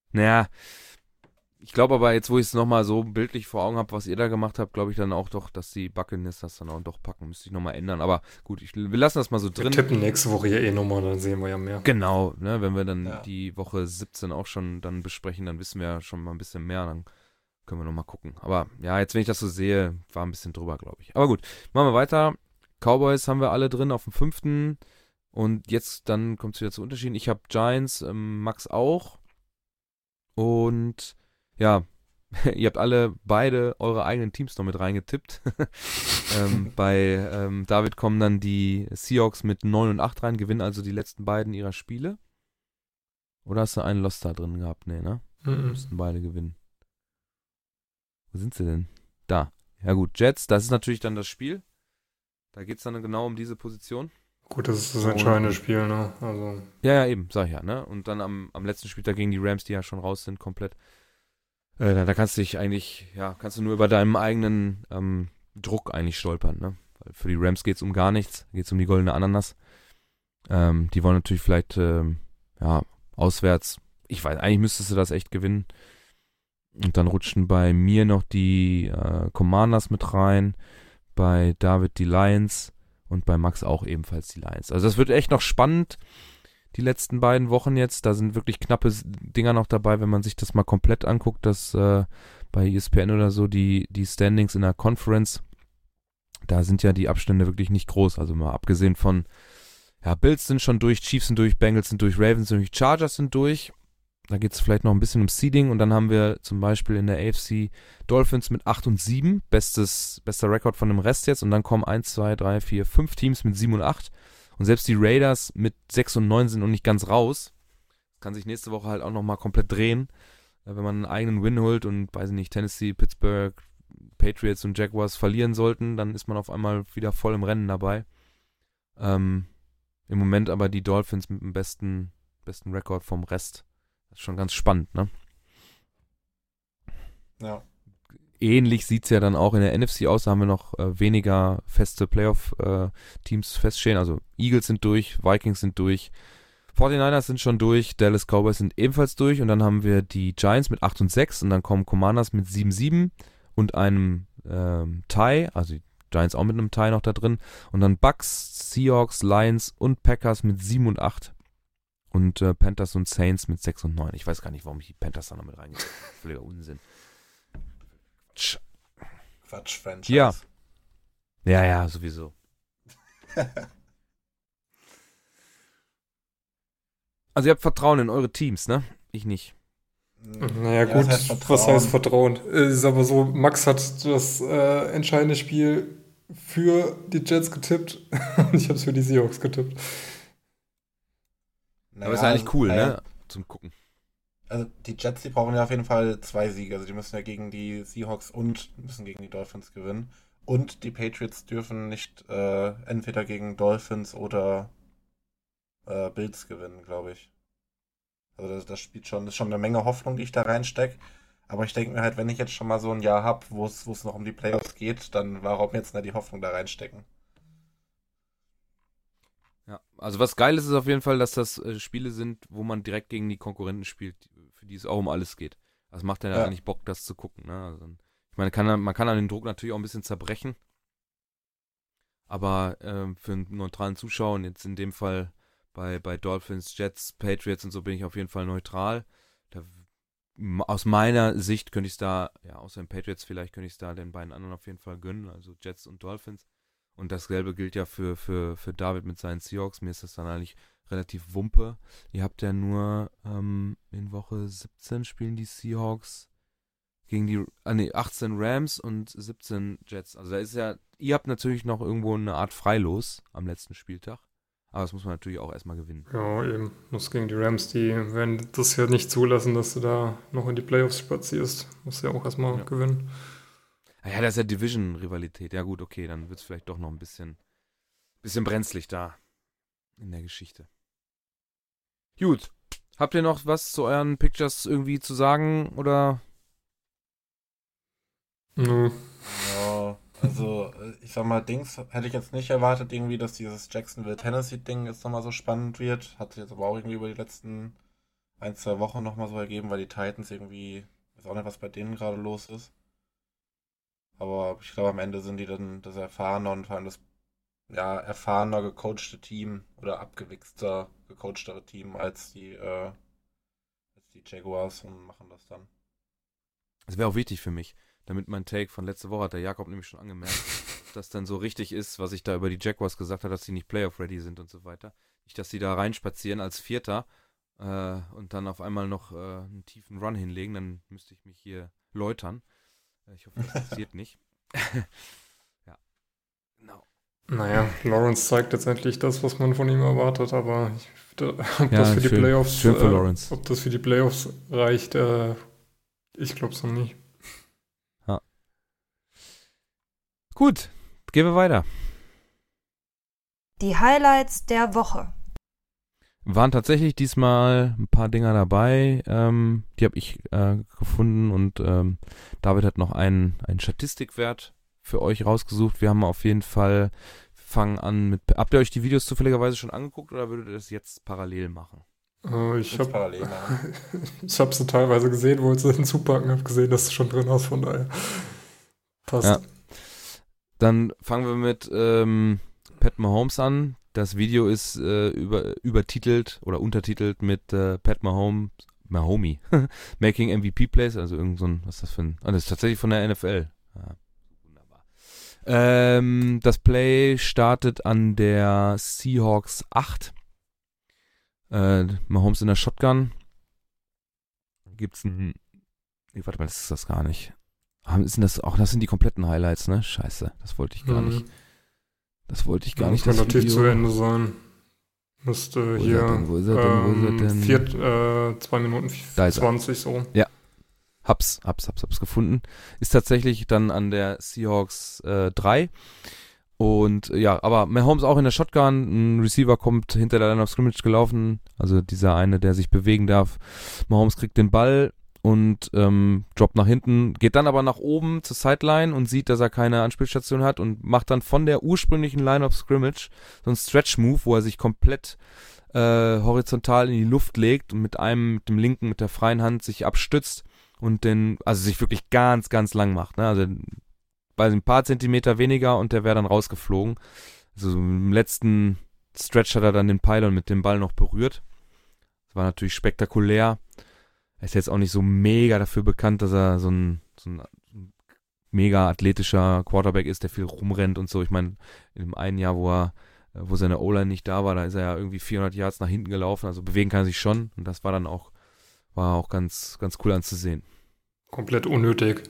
Naja, ich glaube aber jetzt, wo ich es nochmal so bildlich vor Augen habe, was ihr da gemacht habt, glaube ich dann auch doch, dass die Buccaneers das dann auch doch packen. Müsste ich nochmal ändern. Aber gut, ich, wir lassen das mal so Wir drin. tippen nächste Woche ja eh nochmal, dann sehen wir ja mehr. Genau, ne, wenn wir dann Ja. die Woche siebzehn auch schon dann besprechen, dann wissen wir ja schon mal ein bisschen mehr, dann können wir nochmal gucken. Aber ja, jetzt, wenn ich das so sehe, war ein bisschen drüber, glaube ich. Aber gut, machen wir weiter. Cowboys haben wir alle drin auf dem fünften. Und jetzt, dann kommt es wieder zu Unterschieden. Ich habe Giants, ähm, Max auch. Und ja, ihr habt alle beide eure eigenen Teams noch mit reingetippt. ähm, bei ähm, David kommen dann die Seahawks mit neun und acht rein, gewinnen also die letzten beiden ihrer Spiele. Oder hast du einen Lost da drin gehabt? Nee, ne? Mhm. Müssten beide gewinnen. Wo sind sie denn? Da. Ja gut, Jets, das ist natürlich dann das Spiel. Da geht es dann genau um diese Position. Gut, das ist das entscheidende Spiel, ne? Also, Ja, ja, eben, sag ich ja, ne? Und dann am, am letzten Spieltag gegen die Rams, die ja schon raus sind, komplett. Äh, da, da kannst du dich eigentlich, ja, kannst du nur über deinen eigenen ähm, Druck eigentlich stolpern, ne? Weil für die Rams geht es um gar nichts, geht es um die goldene Ananas. Ähm, die wollen natürlich vielleicht, ähm, ja, auswärts, ich weiß, eigentlich müsstest du das echt gewinnen. Und dann rutschen bei mir noch die äh, Commanders mit rein, bei David die Lions und bei Max auch ebenfalls die Lions. Also das wird echt noch spannend, die letzten beiden Wochen jetzt. Da sind wirklich knappe S- Dinger noch dabei, wenn man sich das mal komplett anguckt, dass äh, bei E S P N oder so die, die Standings in der Conference, da sind ja die Abstände wirklich nicht groß. Also mal abgesehen von, ja, Bills sind schon durch, Chiefs sind durch, Bengals sind durch, Ravens sind durch, Chargers sind durch. Da geht es vielleicht noch ein bisschen um Seeding und dann haben wir zum Beispiel in der A F C Dolphins mit acht und sieben, bestes, bester Rekord von dem Rest jetzt und dann kommen eins, zwei, drei, vier, fünf Teams mit sieben und acht und selbst die Raiders mit sechs und neun sind noch nicht ganz raus. Das kann sich nächste Woche halt auch nochmal komplett drehen, wenn man einen eigenen Win holt und, weiß ich nicht, Tennessee, Pittsburgh, Patriots und Jaguars verlieren sollten, dann ist man auf einmal wieder voll im Rennen dabei. Ähm, im Moment aber die Dolphins mit dem besten, besten Rekord vom Rest. Das ist schon ganz spannend, ne? Ja. Ähnlich sieht es ja dann auch in der N F C aus. Da haben wir noch äh, weniger feste Playoff-Teams äh, feststehen. Also Eagles sind durch, Vikings sind durch, forty-niners sind schon durch, Dallas Cowboys sind ebenfalls durch. Und dann haben wir die Giants mit acht und sechs und dann kommen Commanders mit sieben sieben und einem ähm, Tie, also die Giants auch mit einem Tie noch da drin. Und dann Bucks, Seahawks, Lions und Packers mit sieben und acht. Und äh, Panthers und Saints mit sechs und neun. Ich weiß gar nicht, warum ich die Panthers da noch mit reingehe. Völliger Unsinn. Tsch. Quatsch, Franchise. Ja. Ja, ja, sowieso. Also ihr habt Vertrauen in eure Teams, ne? Ich nicht. naja, gut, was heißt Vertrauen? Es ist aber so, Max hat das äh, entscheidende Spiel für die Jets getippt und ich habe es für die Seahawks getippt. Naja, Aber ist ja eigentlich also, cool, naja, ne? Zum Gucken. Also die Jets, die brauchen ja auf jeden Fall zwei Siege. Also die müssen ja gegen die Seahawks und müssen gegen die Dolphins gewinnen. Und die Patriots dürfen nicht äh, entweder gegen Dolphins oder äh, Bills gewinnen, glaube ich. Also das, das spielt schon, das ist schon eine Menge Hoffnung, die ich da reinstecke. Aber ich denke mir halt, wenn ich jetzt schon mal so ein Jahr habe, wo es wo es noch um die Playoffs geht, dann warum jetzt nicht die Hoffnung da reinstecken? Ja, also was geil ist, ist auf jeden Fall, dass das äh, Spiele sind, wo man direkt gegen die Konkurrenten spielt, für die es auch um alles geht. Das macht dann ja Ja. eigentlich Bock, das zu gucken. Ne? Also, ich meine, kann, man kann an den Druck natürlich auch ein bisschen zerbrechen, aber ähm, für einen neutralen Zuschauer, und jetzt in dem Fall bei, bei Dolphins, Jets, Patriots und so bin ich auf jeden Fall neutral. Da, m- aus meiner Sicht könnte ich es da, ja, außer den Patriots vielleicht, könnte ich es da den beiden anderen auf jeden Fall gönnen, also Jets und Dolphins. Und dasselbe gilt ja für, für, für David mit seinen Seahawks. Mir ist das dann eigentlich relativ Wumpe. Ihr habt ja nur ähm, in Woche siebzehn spielen die Seahawks gegen die, ah nee, achtzehn Rams und siebzehn Jets. Also da ist ja, ihr habt natürlich noch irgendwo eine Art Freilos am letzten Spieltag. Aber das muss man natürlich auch erstmal gewinnen. Ja, eben. Muss gegen die Rams, die werden das ja nicht zulassen, dass du da noch in die Playoffs spazierst. Musst ja auch erstmal Ja. gewinnen. Ah ja, das ist ja Division-Rivalität. Ja gut, okay, dann wird es vielleicht doch noch ein bisschen, bisschen brenzlig da in der Geschichte. Gut. Habt ihr noch was zu euren Pictures irgendwie zu sagen oder? Nö. Ja, also äh, ich sag mal, Dings hätte ich jetzt nicht erwartet, irgendwie, dass dieses Jacksonville-Tennessee-Ding jetzt nochmal so spannend wird. Hat sich jetzt aber auch irgendwie über die letzten ein, zwei Wochen nochmal so ergeben, weil die Titans irgendwie, ich weiß auch nicht, was bei denen gerade los ist. Aber ich glaube, am Ende sind die dann das erfahrene und vor allem das ja, erfahrener gecoachte Team oder abgewichster gecoachtere Team als die, äh, als die Jaguars und machen das dann. Das wäre auch wichtig für mich, damit mein Take von letzte Woche, hat der Jakob nämlich schon angemerkt, dass das dann so richtig ist, was ich da über die Jaguars gesagt habe, dass die nicht Playoff-ready sind und so weiter. Nicht, dass die da reinspazieren als Vierter äh, und dann auf einmal noch äh, einen tiefen Run hinlegen, dann müsste ich mich hier läutern. Äh, ich hoffe, das passiert nicht. Ja, genau. Naja, Lawrence zeigt letztendlich das, was man von ihm erwartet, aber ich, da, ob Ja, das für die schön- Playoffs schön für äh, Lawrence. ob das für die Playoffs reicht, äh, ich glaube es noch nicht. Gut, gehen wir weiter. Die Highlights der Woche. Waren tatsächlich diesmal ein paar Dinger dabei, ähm, die habe ich äh, gefunden und ähm, David hat noch einen, einen Statistikwert für euch rausgesucht. Wir haben auf jeden Fall, fangen an mit, habt ihr euch die Videos zufälligerweise schon angeguckt oder würdet ihr das jetzt parallel machen? Äh, ich Jetzt habe parallel machen. ich habe sie teilweise gesehen, wollte sie hinzupacken, habe gesehen, dass du schon drin hast, von daher passt. Ja. Dann fangen wir mit ähm, Pat Mahomes an. Das Video ist äh, über, übertitelt oder untertitelt mit äh, Pat Mahomes, Mahomey, Making M V P Plays, also irgend so ein, was ist das für ein, ah, das ist tatsächlich von der N F L. Ja, wunderbar. Ähm, das Play startet an der Seahawks acht. Äh, Mahomes in der Shotgun. Gibt's ein, nee, warte mal, das ist das gar nicht. Haben, sind das auch, das sind die kompletten Highlights, ne? Scheiße, das wollte ich gar Mhm. nicht. Das wollte ich gar Ja, nicht. kann Das natürlich Video. zu Ende sein. Müsste Wo ist hier er denn? Wo ist er denn? Wo ist er ähm, denn? vier, äh, zwei Minuten Da ist er. zwanzig so. Hab's, hab's, hab's, hab's gefunden. Ist tatsächlich dann an der Seahawks äh, drei. Und äh, ja, aber Mahomes auch in der Shotgun. Ein Receiver kommt hinter der Line of Scrimmage gelaufen. Also dieser eine, der sich bewegen darf. Mahomes kriegt den Ball und ähm, droppt nach hinten, geht dann aber nach oben zur Sideline und sieht, dass er keine Anspielstation hat und macht dann von der ursprünglichen Line of Scrimmage so einen Stretch-Move, wo er sich komplett äh, horizontal in die Luft legt und mit einem, mit dem linken, mit der freien Hand sich abstützt und den, also sich wirklich ganz, ganz lang macht, ne? Also bei ein paar Zentimeter weniger und der wäre dann rausgeflogen. Also im letzten Stretch hat er dann den Pylon mit dem Ball noch berührt. Das war natürlich spektakulär. Er ist jetzt auch nicht so mega dafür bekannt, dass er so ein, so ein mega athletischer Quarterback ist, der viel rumrennt und so. Ich meine, in dem einen Jahr, wo er, wo seine O-Line nicht da war, da ist er ja irgendwie vierhundert Yards nach hinten gelaufen. Also bewegen kann er sich schon. Und das war dann auch, war auch ganz, ganz cool anzusehen. Komplett unnötig.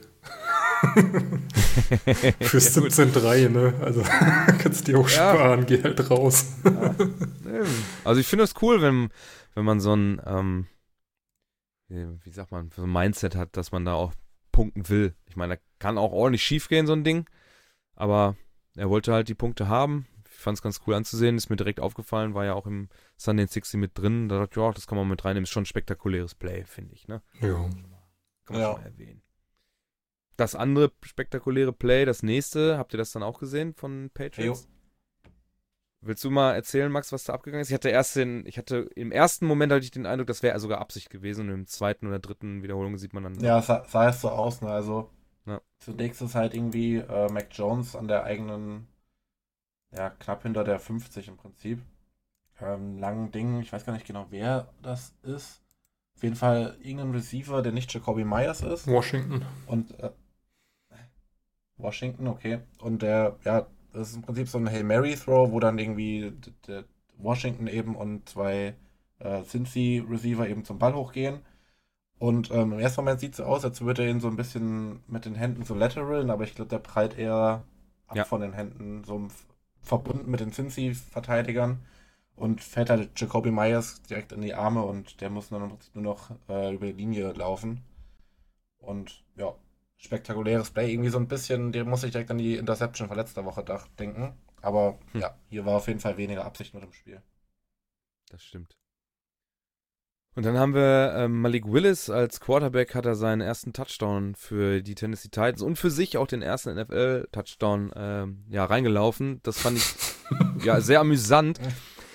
Für siebzehn drei, ne? Also kannst du dir auch Ja. sparen, geh halt raus. Ja. Also ich finde es cool, wenn, wenn man so ein, ähm, wie sagt man, so ein Mindset hat, dass man da auch punkten will. Ich meine, da kann auch ordentlich schief gehen, so ein Ding. Aber er wollte halt die Punkte haben. Ich fand es ganz cool anzusehen, ist mir direkt aufgefallen, war ja auch im Sunday in sechzig mit drin. Da dachte ich, ja, das kann man mit reinnehmen. Ist schon ein spektakuläres Play, finde ich, ne? Ja. Kann man Ja. schon mal erwähnen. Das andere spektakuläre Play, das nächste, habt ihr das dann auch gesehen von Patriots? Willst du mal erzählen, Max, was da abgegangen ist? Ich hatte erst den, ich hatte im ersten Moment hatte ich den Eindruck, das wäre sogar Absicht gewesen und im zweiten oder dritten Wiederholung sieht man dann. Ja, es sah, sah es so aus, ne? Also Ja. zunächst ist halt irgendwie äh, Mac Jones an der eigenen, ja, knapp hinter der fünfzig im Prinzip. Ähm, langen Ding, ich weiß gar nicht genau, wer das ist. Auf jeden Fall irgendein Receiver, der nicht Jacoby Myers ist. Washington. Und äh, Washington, okay. Und der, ja, das ist im Prinzip so ein Hail Mary Throw, wo dann irgendwie d- der Washington eben und zwei äh, Cincy Receiver eben zum Ball hochgehen. Und ähm, im ersten Moment sieht es so aus, als würde er ihn so ein bisschen mit den Händen so lateralen, aber ich glaube, der prallt eher ab Ja. von den Händen, so f- verbunden mit den Cincy-Verteidigern. Und fällt halt Jacoby Myers direkt in die Arme und der muss dann im Prinzip nur noch äh, über die Linie laufen. Und ja, spektakuläres Play. Irgendwie so ein bisschen, der muss ich direkt an die Interception von letzter Woche dach- denken. Aber Hm. ja, hier war auf jeden Fall weniger Absicht mit dem Spiel. Das stimmt. Und dann haben wir ähm, Malik Willis als Quarterback, hat er seinen ersten Touchdown für die Tennessee Titans und für sich auch den ersten N F L-Touchdown ähm, ja, reingelaufen. Das fand ich ja sehr amüsant.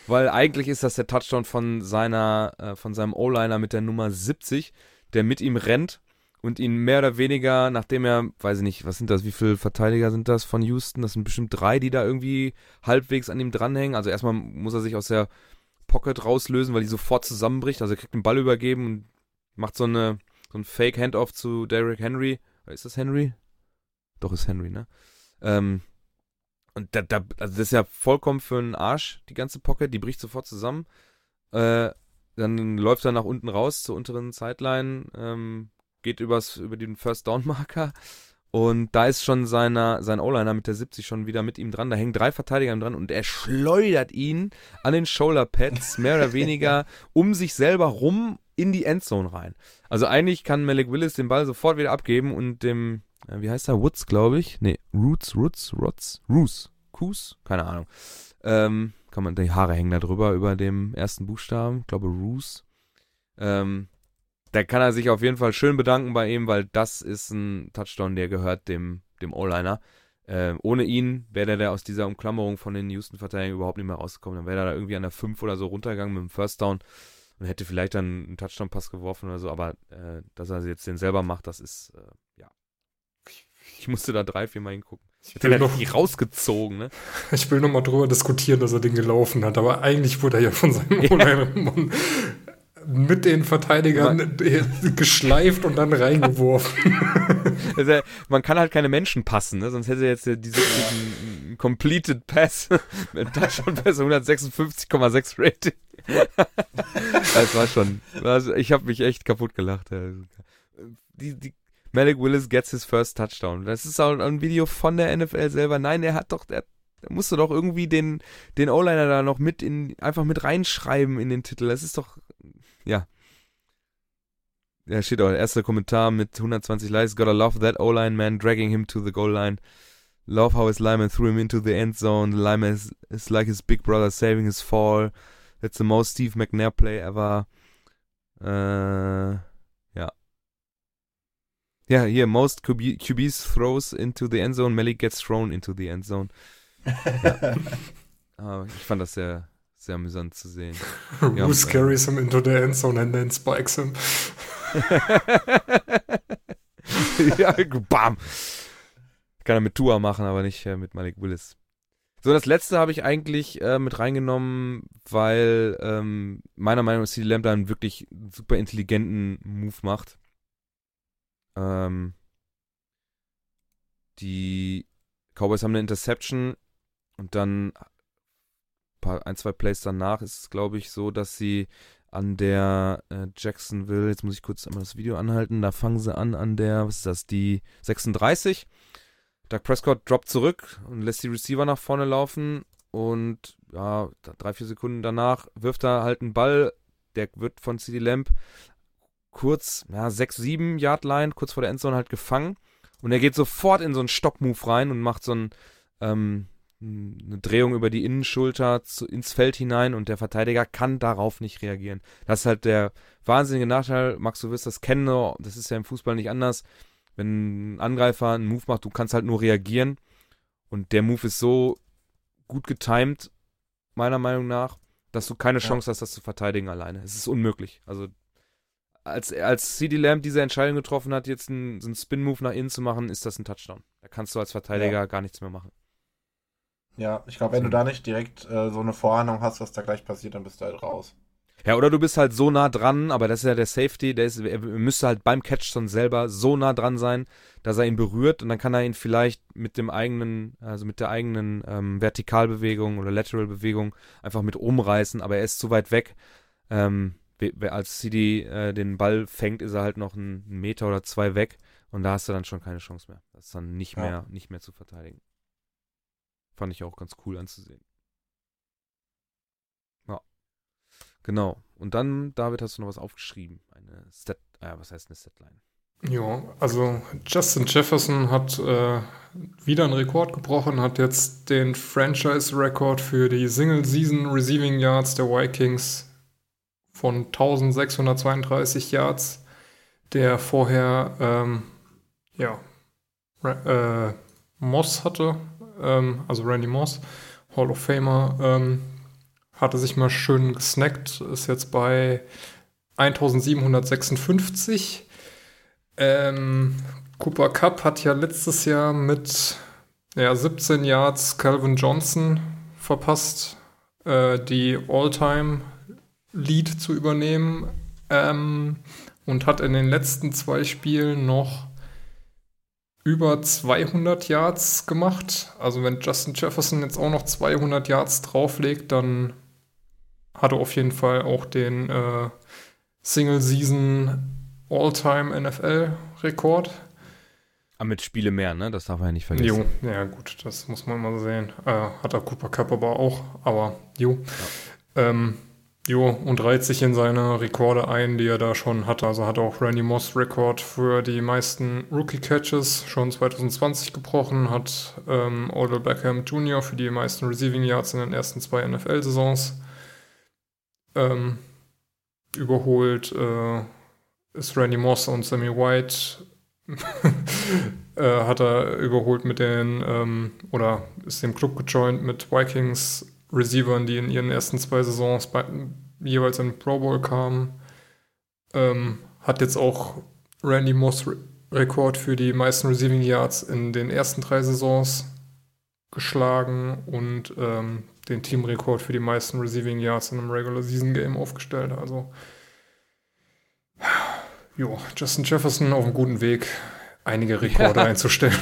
weil eigentlich ist das der Touchdown von seiner, äh, von seinem O-Liner mit der Nummer siebzig, der mit ihm rennt und ihn mehr oder weniger, nachdem er, weiß ich nicht, was sind das, wie viele Verteidiger sind das von Houston? Das sind bestimmt drei, die da irgendwie halbwegs an ihm dranhängen. Also erstmal muss er sich aus der Pocket rauslösen, weil die sofort zusammenbricht. Also er kriegt den Ball übergeben und macht so eine so ein Fake-Handoff zu Derrick Henry. Ist das Henry? Doch, ist Henry, ne? Ähm, und da, da, also das ist ja vollkommen für einen Arsch, die ganze Pocket, die bricht sofort zusammen. Äh, dann läuft er nach unten raus zur unteren Sideline, ähm, geht übers, über den First-Down-Marker und da ist schon seiner, sein O-Liner mit der siebzig schon wieder mit ihm dran. Da hängen drei Verteidiger ihm dran und er schleudert ihn an den Shoulder-Pads mehr oder weniger um sich selber rum in die Endzone rein. Also eigentlich kann Malik Willis den Ball sofort wieder abgeben und dem, äh, wie heißt er, Woods, glaube ich? Nee, Roots, Roots, Rots, Roos, Kus? Keine Ahnung. Ähm, kann man, die Haare hängen da drüber, über dem ersten Buchstaben, ich glaube Roos. Ähm, da kann er sich auf jeden Fall schön bedanken bei ihm, weil das ist ein Touchdown, der gehört dem, dem O-Liner. Äh, ohne ihn wäre der, der aus dieser Umklammerung von den Houston-Verteidigern überhaupt nicht mehr rausgekommen. Dann wäre er da irgendwie an der fünf oder so runtergegangen mit dem First Down und hätte vielleicht dann einen Touchdown-Pass geworfen oder so, aber äh, dass er jetzt den selber macht, das ist, äh, ja. Ich musste da drei, vier Mal hingucken. Ich hätte noch, die rausgezogen, ne? Ich will nochmal drüber diskutieren, dass er den gelaufen hat, aber eigentlich wurde er ja von seinem Ja. O-Liner mit den Verteidigern ja. geschleift und dann reingeworfen. Also, man kann halt keine Menschen passen, ne? Sonst hätte er jetzt diese, diesen Completed Pass mit Touchdown-Pass hundertsechsundfünfzig Komma sechs Rating. Das war schon, also ich habe mich echt kaputt gelacht. Die, die Malik Willis gets his first touchdown. Das ist auch ein Video von der N F L selber. Nein, der hat doch, der, der musste doch irgendwie den, den O-Liner da noch mit in, einfach mit reinschreiben in den Titel. Das ist doch, ja. Da steht auch der erste Kommentar mit hundertzwanzig Likes. Gotta love that O-Line man dragging him to the goal line. Love how his lineman threw him into the end zone. The lineman is, is like his big brother saving his fall. That's the most Steve McNair play ever. Äh, ja. Ja, hier, most Q B, Q Bs throws into the end zone. Malik gets thrown into the end zone. Ja. Aber ich fand das sehr, sehr amüsant zu sehen. Roos carries him into the end zone and then spikes him. Ja, bam. Kann er mit Tua machen, aber nicht äh, mit Malik Willis. So, das letzte habe ich eigentlich äh, mit reingenommen, weil ähm, meiner Meinung nach CeeDee Lamb da einen wirklich super intelligenten Move macht. Ähm, die Cowboys haben eine Interception und dann paar, ein, zwei Plays danach ist es, glaube ich, so, dass sie an der äh, Jacksonville, jetzt muss ich kurz einmal das Video anhalten, da fangen sie an an der, was ist das, die sechsunddreißig. Dak Prescott droppt zurück und lässt die Receiver nach vorne laufen und ja, drei, vier Sekunden danach wirft er halt einen Ball, der wird von CeeDee Lamb kurz, ja, sechs, sieben Yard Line, kurz vor der Endzone halt gefangen und er geht sofort in so einen Stopp-Move rein und macht so einen, ähm, eine Drehung über die Innenschulter zu, ins Feld hinein und der Verteidiger kann darauf nicht reagieren. Das ist halt der wahnsinnige Nachteil, Max, du wirst das kennen, das ist ja im Fußball nicht anders. Wenn ein Angreifer einen Move macht, du kannst halt nur reagieren. Und der Move ist so gut getimed, meiner Meinung nach, dass du keine Chance ja. hast, das zu verteidigen alleine. Es ist unmöglich. Also als, als CeeDee Lamb diese Entscheidung getroffen hat, jetzt einen, so einen Spin-Move nach innen zu machen, ist das ein Touchdown. Da kannst du als Verteidiger ja. gar nichts mehr machen. Ja, ich glaube, wenn du da nicht direkt äh, so eine Vorahnung hast, was da gleich passiert, dann bist du halt raus. Ja, oder du bist halt so nah dran, aber das ist ja der Safety, der ist, er müsste halt beim Catch schon selber so nah dran sein, dass er ihn berührt und dann kann er ihn vielleicht mit dem eigenen, also mit der eigenen ähm, Vertikalbewegung oder Lateral-Bewegung einfach mit umreißen, aber er ist zu weit weg. Ähm, als CeeDee äh, den Ball fängt, ist er halt noch einen Meter oder zwei weg und da hast du dann schon keine Chance mehr. Das ist dann nicht ja. mehr, nicht mehr zu verteidigen. Fand ich auch ganz cool anzusehen. Ja. Genau. Und dann, David, hast du noch was aufgeschrieben. Eine Stat, äh, was heißt eine Statline? Ja, also Justin Jefferson hat äh, wieder einen Rekord gebrochen, hat jetzt den Franchise-Rekord für die Single-Season Receiving Yards der Vikings von eintausendsechshundertzweiunddreißig Yards, der vorher ähm, ja, äh, Moss hatte, ähm, also Randy Moss, Hall of Famer, ähm, hatte sich mal schön gesnackt, ist jetzt bei eintausendsiebenhundertsechsundfünfzig. Ähm, Cooper Kupp hat ja letztes Jahr mit ja, siebzehn Yards Calvin Johnson verpasst, äh, die All-Time-Lead zu übernehmen, ähm, und hat in den letzten zwei Spielen noch über zweihundert Yards gemacht. Also wenn Justin Jefferson jetzt auch noch zweihundert Yards drauflegt, dann hat er auf jeden Fall auch den äh, Single-Season All-Time-N F L-Rekord. Aber mit Spiele mehr, ne? Das darf man ja nicht vergessen. Jo, ja gut, das muss man mal sehen. Äh, hat der Cooper Kupp aber auch, aber jo. Ja. Ähm, jo, und reiht sich in seine Rekorde ein, die er da schon hatte. Also hat auch Randy Moss Rekord für die meisten Rookie-Catches schon zwanzig zwanzig gebrochen, hat ähm, Odell Beckham Junior für die meisten Receiving Yards in den ersten zwei N F L-Saisons ähm, überholt. Äh, ist Randy Moss und Sammy White äh, hat er überholt mit den, ähm, oder ist dem Club gejoint mit Vikings Receivern, die in ihren ersten zwei Saisons bei, jeweils in den Pro Bowl kamen. Ähm, hat jetzt auch Randy Moss Re- Rekord für die meisten Receiving Yards in den ersten drei Saisons geschlagen und ähm, den Teamrekord für die meisten Receiving Yards in einem Regular Season Game aufgestellt. Also jo, Justin Jefferson auf einem guten Weg, einige Rekorde ja. einzustellen.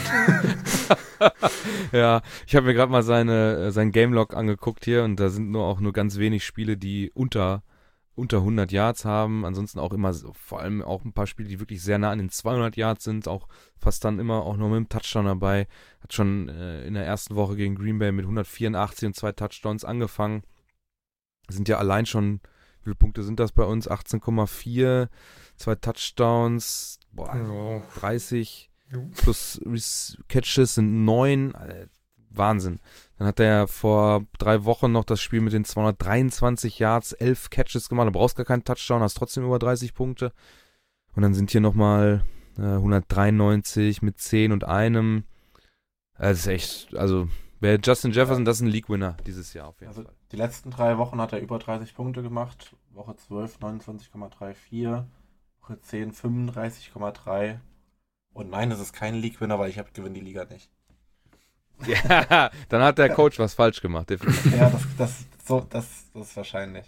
Ja, ich habe mir gerade mal seine, sein Game-Log angeguckt hier und da sind nur auch nur ganz wenig Spiele, die unter, unter hundert Yards haben. Ansonsten auch immer, vor allem auch ein paar Spiele, die wirklich sehr nah an den zweihundert Yards sind, auch fast dann immer auch noch mit einem Touchdown dabei. Hat schon äh, in der ersten Woche gegen Green Bay mit hundertvierundachtzig und zwei Touchdowns angefangen. Sind ja allein schon, wie viele Punkte sind das bei uns? achtzehn Komma vier, zwei Touchdowns, boah, Ja. dreißig plus Catches sind neun. Wahnsinn. Dann hat er ja vor drei Wochen noch das Spiel mit den zweihundertdreiundzwanzig Yards, elf Catches gemacht. Du brauchst gar keinen Touchdown, hast trotzdem über dreißig Punkte. Und dann sind hier nochmal äh, hundertdreiundneunzig mit zehn und einem. Das ist echt, also wer Justin Jefferson, das ist ein League-Winner dieses Jahr auf jeden Also Fall. die letzten drei Wochen hat er über dreißig Punkte gemacht. Woche zwölf neunundzwanzig Komma vierunddreißig. Woche zehn fünfunddreißig Komma drei. Und nein, das ist kein League-Winner, weil ich hab, gewinne die Liga nicht. Ja, dann hat der Coach was falsch gemacht, definitiv. Ja, das, das, so, das, das ist wahrscheinlich.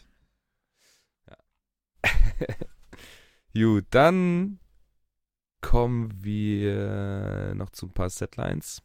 Ja. Gut, dann kommen wir noch zu ein paar Setlines.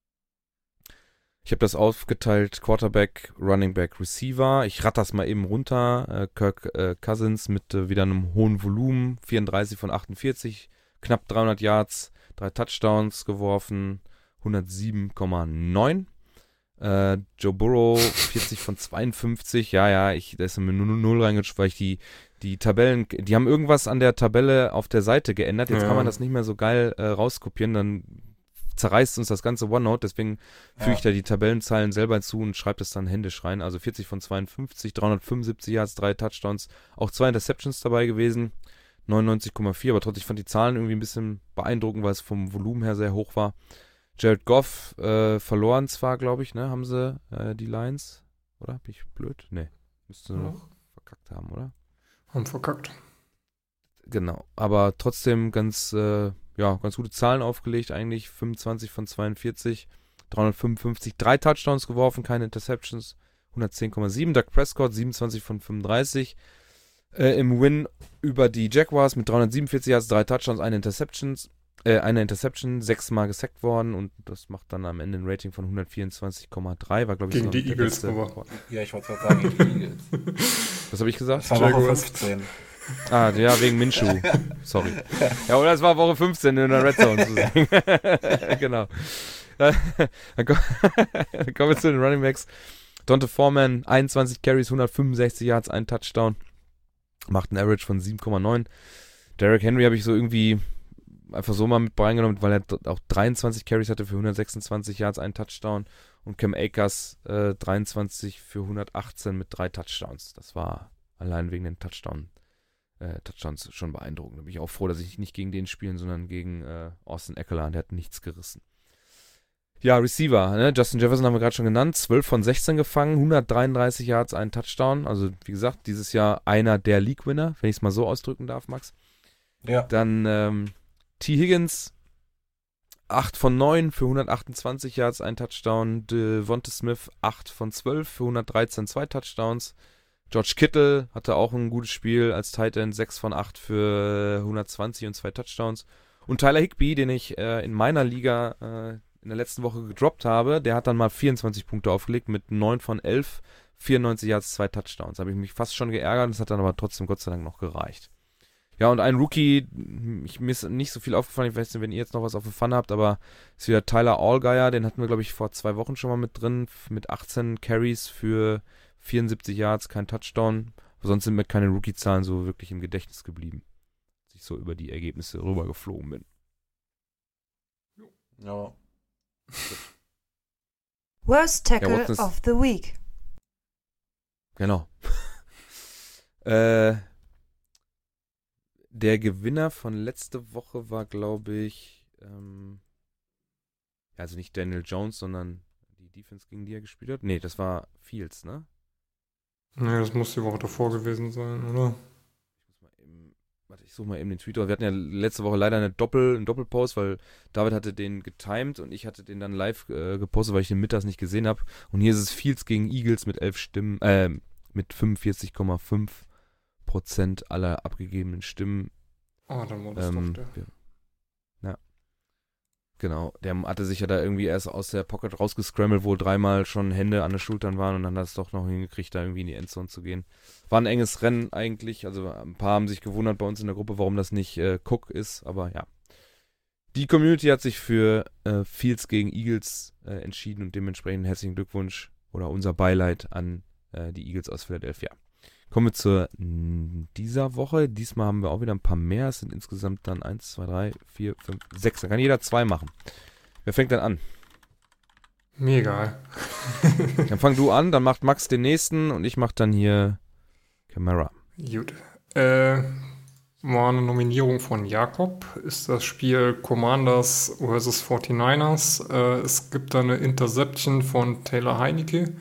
Ich habe das aufgeteilt, Quarterback, Running Back, Receiver. Ich rate das mal eben runter. Äh, Kirk äh, Cousins mit äh, wieder einem hohen Volumen, vierunddreißig von achtundvierzig, knapp dreihundert Yards, drei Touchdowns geworfen, hundertsieben Komma neun. Äh, Joe Burrow, vierzig von zweiundfünfzig. Ja, ja, ich, da ist mir nur null reingerutscht, weil ich die, die Tabellen, die haben irgendwas an der Tabelle auf der Seite geändert. Jetzt Ja. kann man das nicht mehr so geil äh, rauskopieren, dann zerreißt uns das ganze OneNote, deswegen Ja. füge ich da die Tabellenzeilen selber zu und schreibe das dann händisch rein. Also vierzig von zweiundfünfzig, dreihundertfünfundsiebzig Yards, drei Touchdowns, auch zwei Interceptions dabei gewesen, neunundneunzig Komma vier, aber trotzdem, ich fand die Zahlen irgendwie ein bisschen beeindruckend, weil es vom Volumen her sehr hoch war. Jared Goff äh, verloren zwar, glaube ich, ne, haben sie äh, die Lions, oder? Bin ich blöd? Nee, müsste nur Ja. noch verkackt haben, oder? Haben verkackt. Genau, aber trotzdem ganz, äh, ja, ganz gute Zahlen aufgelegt eigentlich, fünfundzwanzig von zweiundvierzig, dreihundertfünfundfünfzig, drei Touchdowns geworfen, keine Interceptions, hundertzehn Komma sieben, Dak Prescott, siebenundzwanzig von fünfunddreißig, äh, im Win über die Jaguars mit dreihundertsiebenundvierzig Yards, drei Touchdowns, eine Interceptions, äh, eine Interception, sechsmal gesackt worden und das macht dann am Ende ein Rating von hundertvierundzwanzig Komma drei, war glaube ich Gegen so die der Eagles letzte aber. Rekord. Ja, ich wollte gerade sagen, gegen die Eagles. Was habe ich gesagt? Das war Woche Jaguars. fünfzehn. Ah, ja, wegen Minshew. Sorry. Ja, oder es war Woche fünfzehn in der Red Zone zu sagen. Genau. Dann kommen dann kommen wir zu den Running Backs. Donta Foreman, einundzwanzig Carries, hundertfünfundsechzig Yards, ein Touchdown. Macht einen Average von sieben Komma neun. Derrick Henry habe ich so irgendwie einfach so mal mit reingenommen, weil er auch dreiundzwanzig Carries hatte für hundertsechsundzwanzig Yards, ein Touchdown. Und Cam Akers äh, dreiundzwanzig für hundertachtzehn mit drei Touchdowns. Das war allein wegen den Touchdown Äh, Touchdowns schon beeindruckend. Da bin ich auch froh, dass ich nicht gegen den spielen, sondern gegen äh, Austin Eckler. Der hat nichts gerissen. Ja, Receiver, ne? Justin Jefferson haben wir gerade schon genannt, zwölf von sechzehn gefangen, hundertdreiunddreißig Yards, einen Touchdown. Also wie gesagt, dieses Jahr einer der League-Winner, wenn ich es mal so ausdrücken darf, Max. Ja. Dann ähm, T. Higgins, acht von neun für hundertachtundzwanzig Yards, ein Touchdown. Devonta Smith, acht von zwölf für hundertdreizehn, zwei Touchdowns. George Kittle hatte auch ein gutes Spiel als Tight End, sechs von acht für hundertzwanzig und zwei Touchdowns. Und Tyler Higbee, den ich äh, in meiner Liga äh, in der letzten Woche gedroppt habe, der hat dann mal vierundzwanzig Punkte aufgelegt mit neun von elf, vierundneunzig Yards, zwei Touchdowns. Da habe ich mich fast schon geärgert, das hat dann aber trotzdem Gott sei Dank noch gereicht. Ja, und ein Rookie, ich, mir ist nicht so viel aufgefallen, ich weiß nicht, wenn ihr jetzt noch was auf der Pfanne habt, aber ist wieder Tyler Allgeier, den hatten wir, glaube ich, vor zwei Wochen schon mal mit drin, mit achtzehn Carries für vierundsiebzig Yards, kein Touchdown. Aber sonst sind mir keine Rookie-Zahlen so wirklich im Gedächtnis geblieben, als ich so über die Ergebnisse rübergeflogen bin. Ja. Worst Tackle Ja, of the Week. Genau. äh, der Gewinner von letzte Woche war, glaube ich, ähm, also nicht Daniel Jones, sondern die Defense, gegen die er gespielt hat. Nee, das war Fields, ne? Nee, das muss die Woche davor gewesen sein, oder? Ich muss mal eben, warte, ich suche mal eben den Tweet. Wir hatten ja letzte Woche leider eine Doppel, einen Doppelpost, weil David hatte den getimed und ich hatte den dann live äh, gepostet, weil ich den mittags nicht gesehen habe. Und hier ist es Fields gegen Eagles mit elf Stimmen, äh, mit fünfundvierzig Komma fünf Prozent aller abgegebenen Stimmen. Ah, dann war das Ähm, doch der. ja. Genau. Der hatte sich ja da irgendwie erst aus der Pocket rausgescrambled, wo dreimal schon Hände an den Schultern waren und dann hat es doch noch hingekriegt, da irgendwie in die Endzone zu gehen. War ein enges Rennen eigentlich. Also ein paar haben sich gewundert bei uns in der Gruppe, warum das nicht äh, Cook ist, aber ja. Die Community hat sich für äh, Fields gegen Eagles äh, entschieden und dementsprechend herzlichen Glückwunsch oder unser Beileid an äh, die Eagles aus Philadelphia. Kommen wir zu mh, dieser Woche. Diesmal haben wir auch wieder ein paar mehr. Es sind insgesamt dann eins, zwei, drei, vier, fünf, sechs. Da kann jeder zwei machen. Wer fängt dann an? Mir egal. Dann fang du an, dann macht Max den nächsten und ich mach dann hier Camara. Gut. Äh, war eine Nominierung von Jakob. Ist das Spiel Commanders versus forty-niners. Äh, es gibt da eine Interception von Taylor Heineke.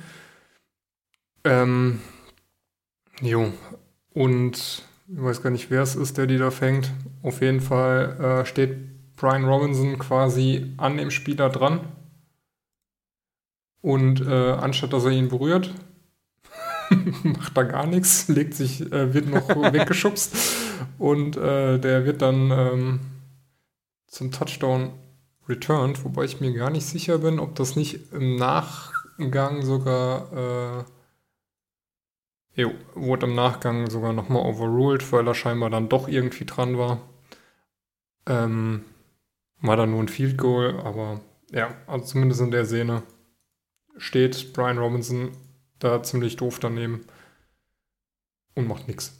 Ähm, jo. Und ich weiß gar nicht, wer es ist, der die da fängt. Auf jeden Fall äh, steht Brian Robinson quasi an dem Spieler dran. Und äh, anstatt dass er ihn berührt, macht er gar nichts, legt sich, äh, wird noch weggeschubst und äh, der wird dann ähm, zum Touchdown returned, wobei ich mir gar nicht sicher bin, ob das nicht im Nachgang sogar, äh, jo, wurde im Nachgang sogar nochmal overruled, weil er scheinbar dann doch irgendwie dran war. Ähm, war dann nur ein Field Goal, aber ja, also zumindest in der Szene steht Brian Robinson da ziemlich doof daneben und macht nichts.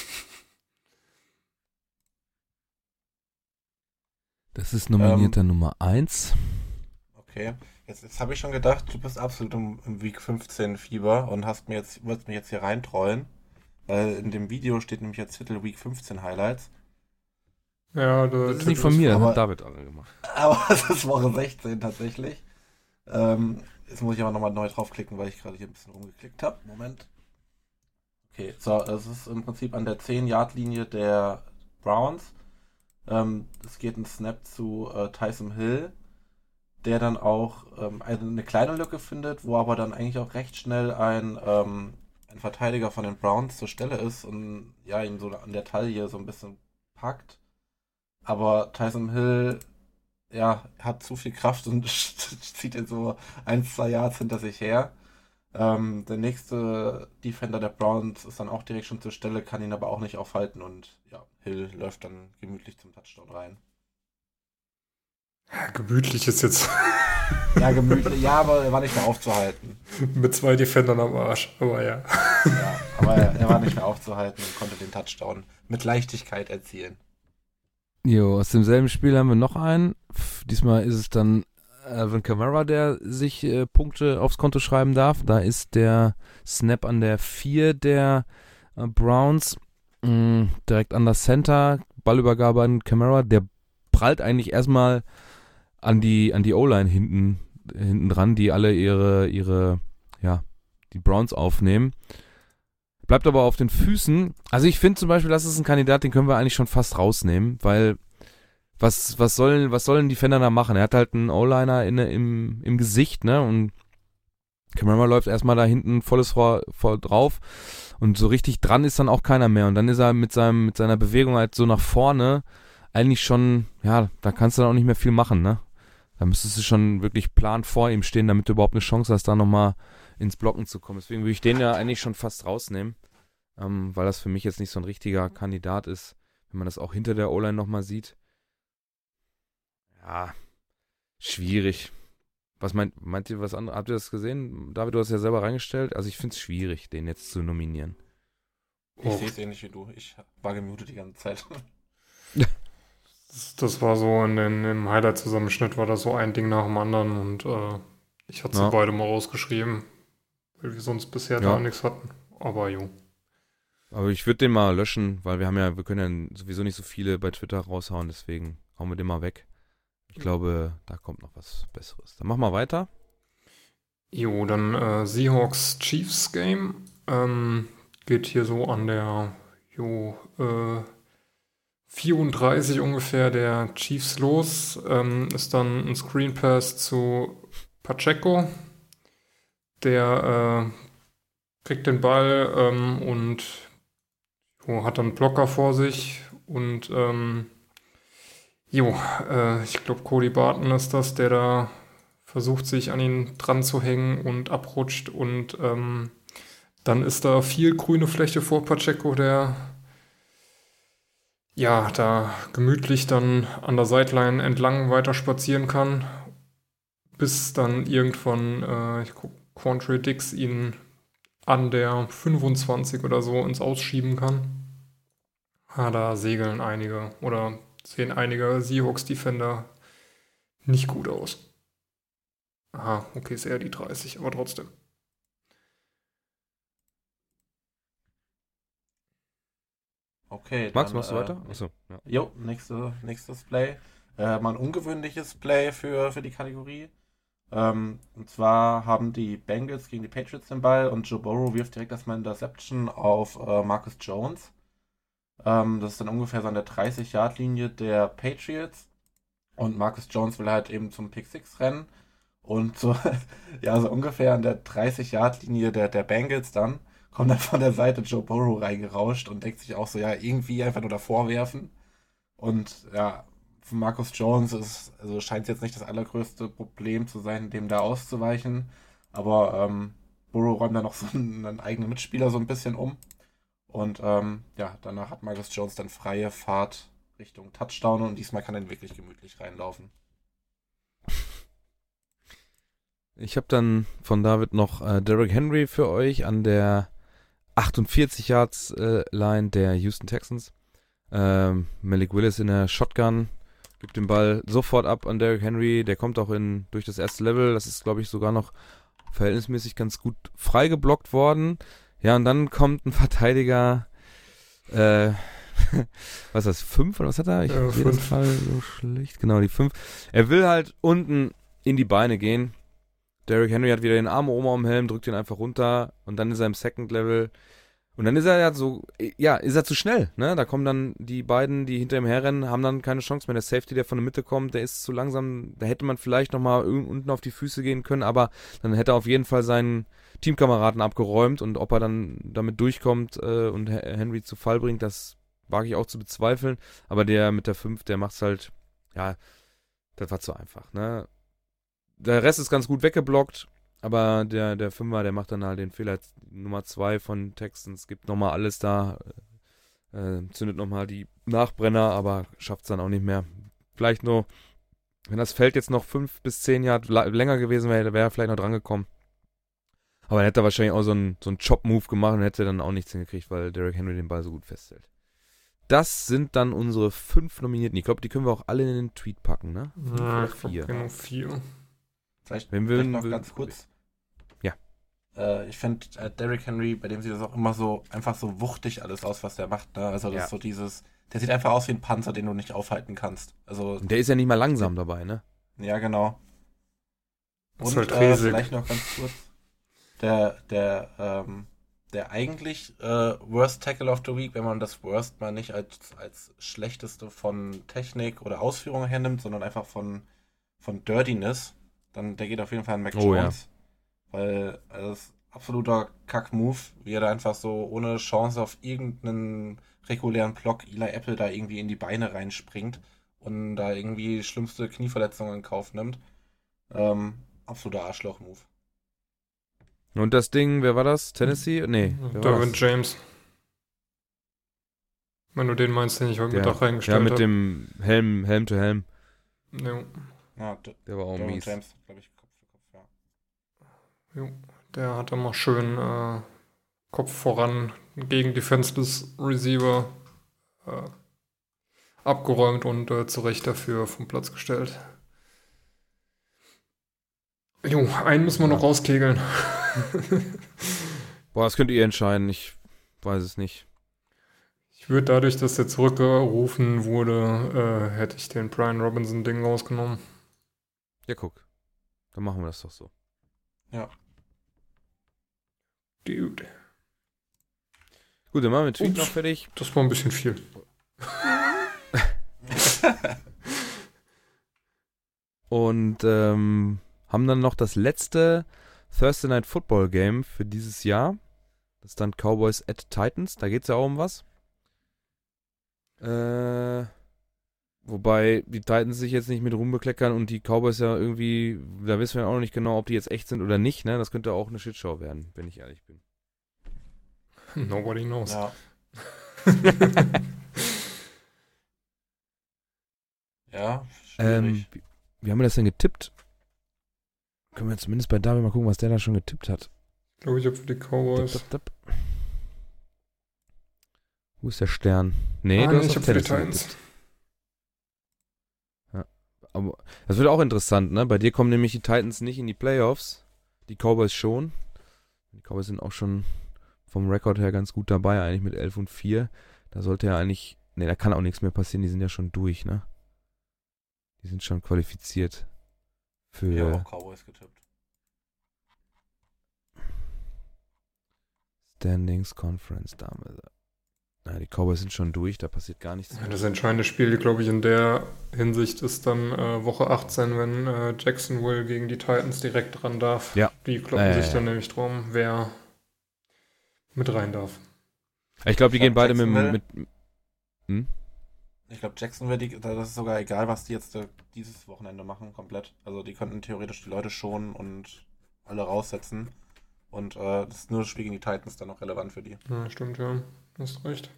Das ist nominierter ähm, Nummer eins. Okay, jetzt, jetzt habe ich schon gedacht, du bist absolut im, im Week fünfzehn Fieber und hast mir jetzt, wolltest mir jetzt hier reintrollen, weil in dem Video steht nämlich jetzt Titel Week fünfzehn Highlights. Ja, das ist nicht von mir, das hat David alle gemacht. Aber es ist Woche sechzehn tatsächlich. Ähm, jetzt muss ich aber nochmal neu draufklicken, weil ich gerade hier ein bisschen rumgeklickt habe. Moment. Okay, so, es ist im Prinzip an der zehn-Yard-Linie der Browns. Ähm, es geht ein Snap zu äh, Taysom Hill, der dann auch ähm, eine kleine Lücke findet, wo aber dann eigentlich auch recht schnell ein, ähm, ein Verteidiger von den Browns zur Stelle ist und ja, ihm so an der Taille so ein bisschen packt. Aber Taysom Hill, ja, hat zu viel Kraft und zieht ihn so ein, zwei Yards hinter sich her. Ähm, der nächste Defender der Browns ist dann auch direkt schon zur Stelle, kann ihn aber auch nicht aufhalten und ja, Hill läuft dann gemütlich zum Touchdown rein. Ja, gemütlich ist jetzt. Ja, gemütlich, ja, aber er war nicht mehr aufzuhalten. Mit zwei Defendern am Arsch, aber ja. Ja, aber er, er war nicht mehr aufzuhalten und konnte den Touchdown mit Leichtigkeit erzielen. Jo, aus demselben Spiel haben wir noch einen. Diesmal ist es dann Alvin Kamara, der sich äh, Punkte aufs Konto schreiben darf. Da ist der Snap an der vier der äh, Browns. Mh, direkt an das Center. Ballübergabe an Kamara. Der prallt eigentlich erstmal an die, an die O-Line hinten hinten dran, die alle ihre, ihre, ja, die Browns aufnehmen. Bleibt aber auf den Füßen. Also ich finde zum Beispiel, das ist ein Kandidat, den können wir eigentlich schon fast rausnehmen, weil was, was sollen, was sollen die Defender da machen? Er hat halt einen O-Liner in, im, im Gesicht, ne, und Cameron läuft erstmal da hinten volles vor, vor drauf und so richtig dran ist dann auch keiner mehr und dann ist er mit seinem, mit seiner Bewegung halt so nach vorne eigentlich schon, ja, da kannst du dann auch nicht mehr viel machen, ne? Da müsstest du schon wirklich plan vor ihm stehen, damit du überhaupt eine Chance hast, da nochmal ins Blocken zu kommen. Deswegen würde ich den ja eigentlich schon fast rausnehmen, ähm, weil das für mich jetzt nicht so ein richtiger Kandidat ist, wenn man das auch hinter der O-Line nochmal sieht. Ja, schwierig. Was meint, meint ihr was anderes? Habt ihr das gesehen? David, du hast ja selber reingestellt. Also ich finde es schwierig, den jetzt zu nominieren. Ich Oh. sehe es ähnlich wie du. Ich war gemutet die ganze Zeit. Das, das war so in den, im Highlight-Zusammenschnitt war das so ein Ding nach dem anderen und äh, ich hatte sie Ja. beide mal rausgeschrieben, weil wir sonst bisher Ja. da nichts hatten. Aber jo. Aber ich würde den mal löschen, weil wir haben ja, wir können ja sowieso nicht so viele bei Twitter raushauen, deswegen hauen wir den mal weg. Ich glaube, da kommt noch was Besseres. Dann machen wir weiter. Jo, dann äh, Seahawks-Chiefs-Game. Ähm, geht hier so an der jo, äh, vierunddreißig ungefähr der Chiefs los. Ähm, ist dann ein Screen Pass zu Pacheco. Der äh, kriegt den Ball ähm, und jo, hat dann einen Blocker vor sich. Und ähm, jo, äh, ich glaube Cody Barton ist das, der da versucht, sich an ihn dran zu hängen und abrutscht. Und ähm, dann ist da viel grüne Fläche vor Pacheco, der ja, da gemütlich dann an der Sideline entlang weiter spazieren kann, bis dann irgendwann, äh, ich guck, Quandre Dix ihn an der fünfundzwanzig oder so ins Ausschieben kann. Ah, da segeln einige oder sehen einige Seahawks-Defender nicht gut aus. Aha, okay, ist eher die dreißig, aber trotzdem. Okay, Max, dann, machst du äh, weiter? Achso, ja. Jo, nächste, nächstes Play. Äh, mal ein ungewöhnliches Play für, für die Kategorie. Ähm, und zwar haben die Bengals gegen die Patriots den Ball und Joe Burrow wirft direkt erstmal Interception auf äh, Marcus Jones. Ähm, das ist dann ungefähr so an der dreißig-Yard-Linie der Patriots. Und Marcus Jones will halt eben zum Pick Six rennen. Und so, ja, so ungefähr an der dreißig-Yard-Linie der, der Bengals dann kommt dann von der Seite Joe Burrow reingerauscht und denkt sich auch so, ja, irgendwie einfach nur davor werfen. Und ja, für Marcus Jones ist, also scheint es jetzt nicht das allergrößte Problem zu sein, dem da auszuweichen. Aber ähm, Burrow räumt dann noch so einen, einen eigenen Mitspieler so ein bisschen um. Und ähm, ja, danach hat Marcus Jones dann freie Fahrt Richtung Touchdown und diesmal kann er ihn wirklich gemütlich reinlaufen. Ich habe dann von David noch äh, Derrick Henry für euch an der achtundvierzig Yards äh, Line der Houston Texans. Ähm, Malik Willis in der Shotgun gibt den Ball sofort ab an Derrick Henry. Der kommt auch in durch das erste Level. Das ist, glaube ich, sogar noch verhältnismäßig ganz gut frei geblockt worden. Ja, und dann kommt ein Verteidiger, äh, was ist das, fünf oder was hat er? Ich Ja, sehe das fünf. gerade so schlecht. Genau, die fünf. Er will halt unten in die Beine gehen. Derrick Henry hat wieder den Arm oben am Helm, drückt ihn einfach runter und dann ist er im Second Level. Und dann ist er ja so, ja, ist er zu schnell, ne? Da kommen dann die beiden, die hinter ihm herrennen, haben dann keine Chance mehr. Der Safety, der von der Mitte kommt, der ist zu langsam. Da hätte man vielleicht nochmal unten auf die Füße gehen können, aber dann hätte er auf jeden Fall seinen Teamkameraden abgeräumt und ob er dann damit durchkommt äh, und Henry zu Fall bringt, das wage ich auch zu bezweifeln. Aber der mit der fünf, der macht's halt, ja, das war zu einfach, ne? Der Rest ist ganz gut weggeblockt, aber der, der Fünfer, der macht dann halt den Fehler Nummer zwei von Texans, gibt nochmal alles da, äh, zündet nochmal die Nachbrenner, aber schafft es dann auch nicht mehr. Vielleicht nur, wenn das Feld jetzt noch fünf bis zehn Yard la- länger gewesen wäre, wäre er vielleicht noch dran gekommen. Aber dann hätte er wahrscheinlich auch so einen, so einen Chop-Move gemacht und hätte dann auch nichts hingekriegt, weil Derrick Henry den Ball so gut festhält. Das sind dann unsere fünf Nominierten. Ich glaube, die können wir auch alle in den Tweet packen, ne? Fünf Ja, oder ich glaub, vier. genau vier. Vielleicht, Wenn wir- vielleicht noch wir- ganz kurz. Ja. Äh, ich finde äh, Derrick Henry, bei dem sieht das auch immer so einfach so wuchtig alles aus, was der macht. Ne? Also das Ja. ist so dieses, der sieht einfach aus wie ein Panzer, den du nicht aufhalten kannst. Also Und der ist ja nicht mal langsam dabei, ne? ja, genau. Das ist Und halt äh, riesig. vielleicht noch ganz kurz, der, der, ähm, der eigentlich äh, Worst Tackle of the Week, wenn man das Worst mal nicht als, als schlechteste von Technik oder Ausführung hernimmt, sondern einfach von, von Dirtiness, dann der geht auf jeden Fall an Mac Oh, Jones. Weil also das ist absoluter Kack-Move, wie er da einfach so ohne Chance auf irgendeinen regulären Block Eli Apple da irgendwie in die Beine reinspringt und da irgendwie schlimmste Knieverletzungen in Kauf nimmt. Ähm, absoluter Arschloch-Move. Und das Ding, wer war das? Tennessee? Nee. wer war Derwin das? James. Wenn du den meinst, den ich heute Der, Mittag ja, reingestellt mit habe. dem Helm, Helm to Helm. Jo, Ja, D- Der war auch Derwin mies. James, glaube ich, Kopf für Kopf, ja. jo. Der hat immer schön äh, Kopf voran gegen Defenseless Receiver äh, abgeräumt und äh, zu Recht dafür vom Platz gestellt. Jo, einen müssen wir noch rauskegeln. Boah, das könnt ihr entscheiden. Ich weiß es nicht. Ich würde dadurch, dass der zurückgerufen wurde, äh, hätte ich den Brian Robinson-Ding rausgenommen. Ja, guck. Dann machen wir das doch so. Dude. Gut, dann machen wir den Tweet Ups. noch fertig. Das war ein bisschen viel. Und ähm, haben dann noch das letzte Thursday Night Football Game für dieses Jahr. Das ist dann Cowboys at Titans. Da geht es ja auch um was. Äh, wobei die Titans sich jetzt nicht mit rumbekleckern und die Cowboys ja irgendwie, da wissen wir auch noch nicht genau, ob die jetzt echt sind oder nicht. Ne? Das könnte auch eine Shitshow werden, wenn ich ehrlich bin. Nobody knows. Ja. Ja, Ähm, schwierig. wie, wie haben wir das denn getippt? Können wir zumindest bei David mal gucken, was der da schon getippt hat. Ich glaube, ich habe für die Cowboys. Tipp, tipp, tipp. Wo ist der Stern? Nee, Ah, du nee, hast ich auf hab für die Tennessee Titans. getippt. Ja, aber das wird auch interessant, ne? Bei dir kommen nämlich die Titans nicht in die Playoffs, die Cowboys schon. Die Cowboys sind auch schon vom Rekord her ganz gut dabei, eigentlich mit elf und vier. Da sollte ja eigentlich, ne, da kann auch nichts mehr passieren, die sind ja schon durch, ne? Die sind schon qualifiziert für Ich habe auch Cowboys getippt. Standings Conference Dame. Na, die Cowboys sind schon durch, da passiert gar nichts Ja, mehr. das entscheidende Spiel, glaube ich, in der Hinsicht ist dann äh, Woche achtzehn, wenn äh, Jacksonville gegen die Titans direkt ran darf. Ja. Die kloppen Ja, ja, sich ja. dann nämlich drum, wer mit rein darf. Ich glaube, die Ich gehen glaub, beide mit, Jacksonville- mit hm? Ich glaube, Jacksonville, die, das ist sogar egal, was die jetzt äh, dieses Wochenende machen, komplett. Also die könnten theoretisch die Leute schonen und alle raussetzen. Und äh, das ist nur das Spiel gegen die Titans dann noch relevant für die. Ja, stimmt, ja. Du hast recht.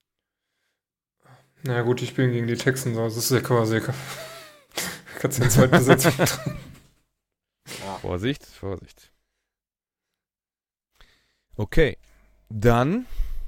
Na gut, ich bin gegen die Texans, also das ist ja quasi kannst den zweiten Besitz Ja. Vorsicht, Vorsicht. Okay, dann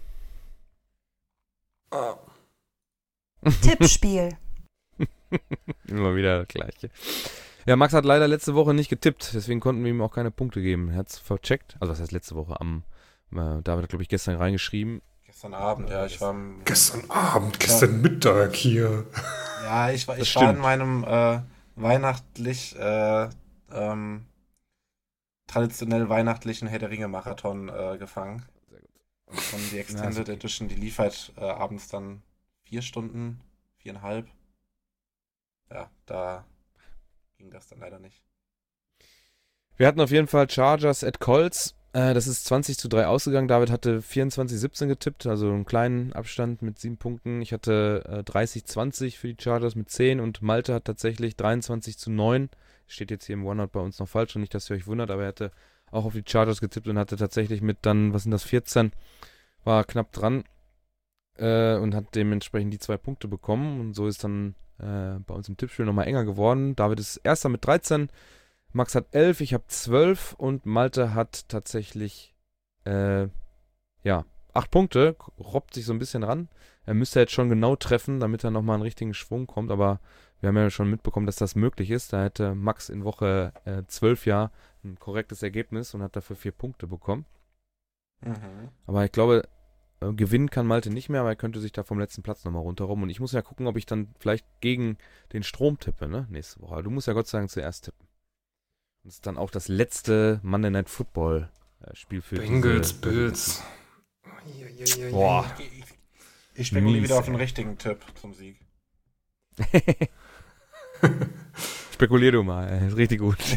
ah. Tippspiel. immer wieder das Gleiche. Ja, Max hat leider letzte Woche nicht getippt, deswegen konnten wir ihm auch keine Punkte geben. Er hat es vercheckt, also was heißt letzte Woche? Am äh, David hat, glaube ich, gestern reingeschrieben. Gestern Abend, ja, ich war im, Gestern Abend, gestern Mittag hier. ja, ich war, Das ich war in stimmt. meinem äh, weihnachtlich äh, ähm, traditionell weihnachtlichen Herr der Ringe Marathon äh, gefangen. Sehr gut. Und von die Ja, Extended ist okay. Edition, die lief halt äh, abends dann vier Stunden, viereinhalb. Ja, da ging das dann leider nicht. Wir hatten auf jeden Fall Chargers at Colts. Äh, das ist zwanzig zu drei ausgegangen. David hatte vierundzwanzig siebzehn getippt, also einen kleinen Abstand mit sieben Punkten. Ich hatte äh, dreißig zwanzig für die Chargers mit zehn und Malte hat tatsächlich dreiundzwanzig zu neun. Steht jetzt hier im OneNote bei uns noch falsch und nicht, dass ihr euch wundert, aber er hatte auch auf die Chargers getippt und hatte tatsächlich mit dann, was sind das, vierzehn, war knapp dran äh, und hat dementsprechend die zwei Punkte bekommen und so ist dann äh, bei uns im Tippspiel nochmal enger geworden. David ist erster mit dreizehn, Max hat elf, ich habe zwölf und Malte hat tatsächlich äh, ja, acht Punkte, robbt sich so ein bisschen ran. Er müsste jetzt schon genau treffen, damit er nochmal einen richtigen Schwung kommt, aber wir haben ja schon mitbekommen, dass das möglich ist. Da hätte Max in Woche äh, zwölf ja ein korrektes Ergebnis und hat dafür vier Punkte bekommen. Mhm. Aber ich glaube, äh, gewinnen kann Malte nicht mehr, aber er könnte sich da vom letzten Platz nochmal runterrobben. Und ich muss ja gucken, ob ich dann vielleicht gegen den Strom tippe, ne, nächste Woche. Aber du musst ja Gott sei Dank zuerst tippen. Das ist dann auch das letzte Monday Night Football äh, Spiel für Bengals, diese, Bills. Boah. Ich, ich spekuliere Mies, wieder auf ey. den richtigen Tipp zum Sieg. Spekulier du mal, ey. Ist richtig gut.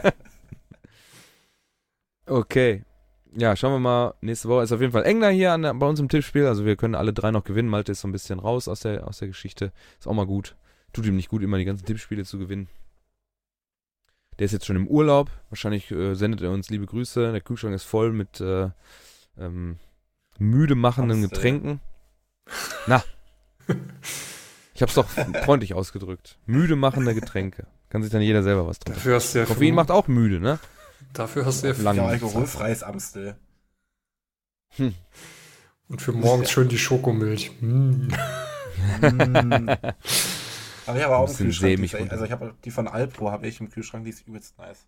Okay. Ja, schauen wir mal. Nächste Woche ist auf jeden Fall Engler hier an, der- bei uns im Tippspiel. Also wir können alle drei noch gewinnen. Malte ist so ein bisschen raus aus der, aus der Geschichte. Ist auch mal gut. Tut ihm nicht gut, immer die ganzen Tippspiele zu gewinnen. Der ist jetzt schon im Urlaub. Wahrscheinlich äh, sendet er uns liebe Grüße. Der Kühlschrank ist voll mit äh, ähm, müde machenden Amstel. Getränken. Na. Ich hab's doch freundlich ausgedrückt. Müde machende Getränke. Kann sich dann jeder selber was trinken. Dafür hast du ja Koffein für, macht auch müde, ne? dafür hast du ja für, Lang. Ja, alkoholfreies Amstel. Hm. und für morgens schön die Schokomilch. Mm. Mm. Aber ich habe auch Ein im bisschen Kühlschrank. sämig Die, runter. also ich habe die von Alpro habe ich im Kühlschrank, die ist übelst nice.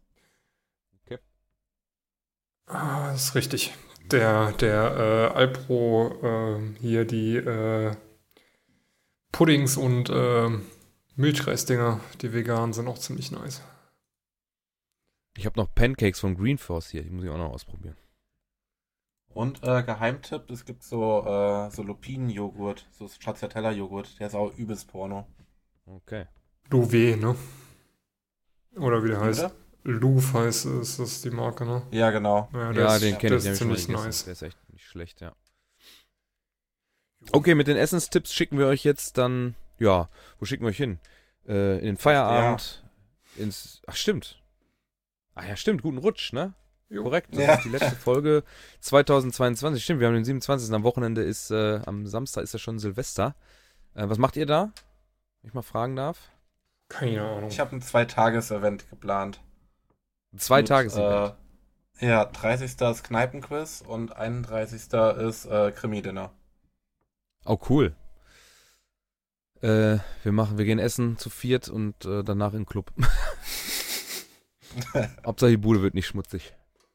Ah, das ist richtig. Der, der äh, Alpro äh, hier die äh, Puddings und äh, Milchreisdinger, die vegan sind, auch ziemlich nice. Ich habe noch Pancakes von Green Force hier. Die muss ich auch noch ausprobieren. Und äh, Geheimtipp, es gibt so, äh, so Lupinenjoghurt, so Stracciatella-Joghurt, der ist auch übelst Porno. Okay. Louvet, ne? Oder wie der heißt. Oder? Louvre heißt es, das ist die Marke, ne? Ja, genau. Ja, Ja, ist, den kenne der ich. Den hab ist ich schon mal ziemlich gegessen. nice. Der ist echt nicht schlecht, ja. Okay, mit den Essenstipps schicken wir euch jetzt dann, ja, wo schicken wir euch hin? Äh, in den Feierabend, ins, ach stimmt. Ach ja, stimmt, guten Rutsch, ne? Jo. Korrekt, das Ja. ist die letzte Folge zweitausendzweiundzwanzig. Stimmt, wir haben den siebenundzwanzigsten Am Wochenende ist, äh, am Samstag ist ja schon Silvester. Äh, was macht ihr da? Wenn ich mal fragen darf. Keine Ahnung. Ich habe ein Zwei-Tages-Event geplant. Zwei Mit, Tages Äh, ja, dreißigsten ist Kneipenquiz und einunddreißigsten ist äh, Krimi-Dinner. Oh, cool. Äh, wir machen, wir gehen essen zu viert und äh, danach in den Club. Hauptsache die Bude wird nicht schmutzig.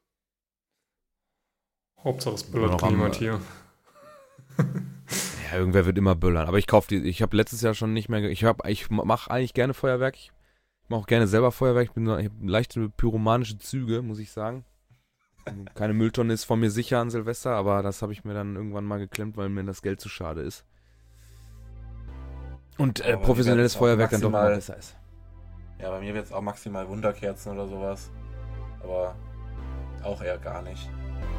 Hauptsache es Oder böllert noch am, niemand äh, hier. Ja, irgendwer wird immer böllern. Aber ich kaufe die, ich habe letztes Jahr schon nicht mehr, ge- ich habe, ich mache eigentlich gerne Feuerwerk. Ich mache auch gerne selber Feuerwerk. Ich bin so- ich habe leichte pyromanische Züge, muss ich sagen. Keine Mülltonne ist von mir sicher an Silvester, aber das habe ich mir dann irgendwann mal geklemmt, weil mir das Geld zu schade ist. Und äh, Aber die professionelles werden auch Feuerwerk dann doch immer maximal- besser ist. Ja, bei mir wird es auch maximal Wunderkerzen oder sowas. Aber auch eher gar nicht.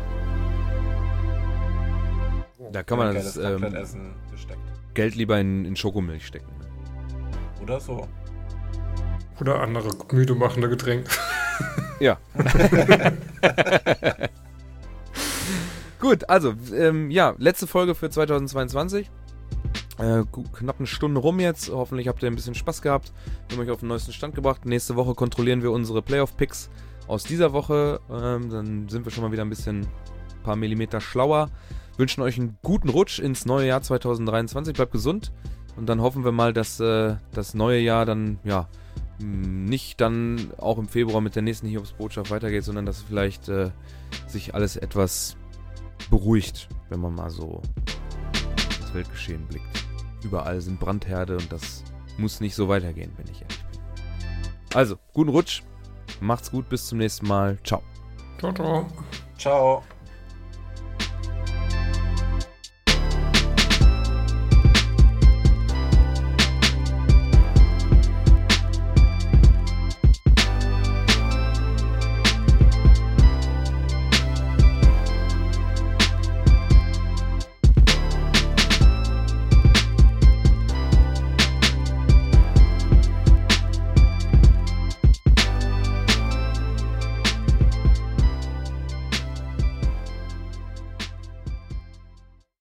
Da kann man Kein das geiles ähm, Komplettessen gesteckt. Geld lieber in, in Schokomilch stecken. Oder so. Oder andere müde machende Getränke. Ja. Gut, also, ähm, ja, letzte Folge für zweitausendzweiundzwanzig. Äh, gu- knapp eine Stunde rum jetzt. Hoffentlich habt ihr ein bisschen Spaß gehabt. Wir haben euch auf den neuesten Stand gebracht. Nächste Woche kontrollieren wir unsere Playoff-Picks aus dieser Woche. Ähm, dann sind wir schon mal wieder ein bisschen, ein paar Millimeter schlauer. Wünschen euch einen guten Rutsch ins neue Jahr zweitausenddreiundzwanzig. Bleibt gesund. Und dann hoffen wir mal, dass äh, das neue Jahr dann, ja, mh, nicht dann auch im Februar mit der nächsten Hiobsbotschaft weitergeht, sondern dass vielleicht äh, sich alles etwas beruhigt, wenn man mal so ins Weltgeschehen blickt. Überall sind Brandherde und das muss nicht so weitergehen, wenn ich ehrlich bin. Also, guten Rutsch, macht's gut, bis zum nächsten Mal, ciao. Ciao, ciao. Ciao.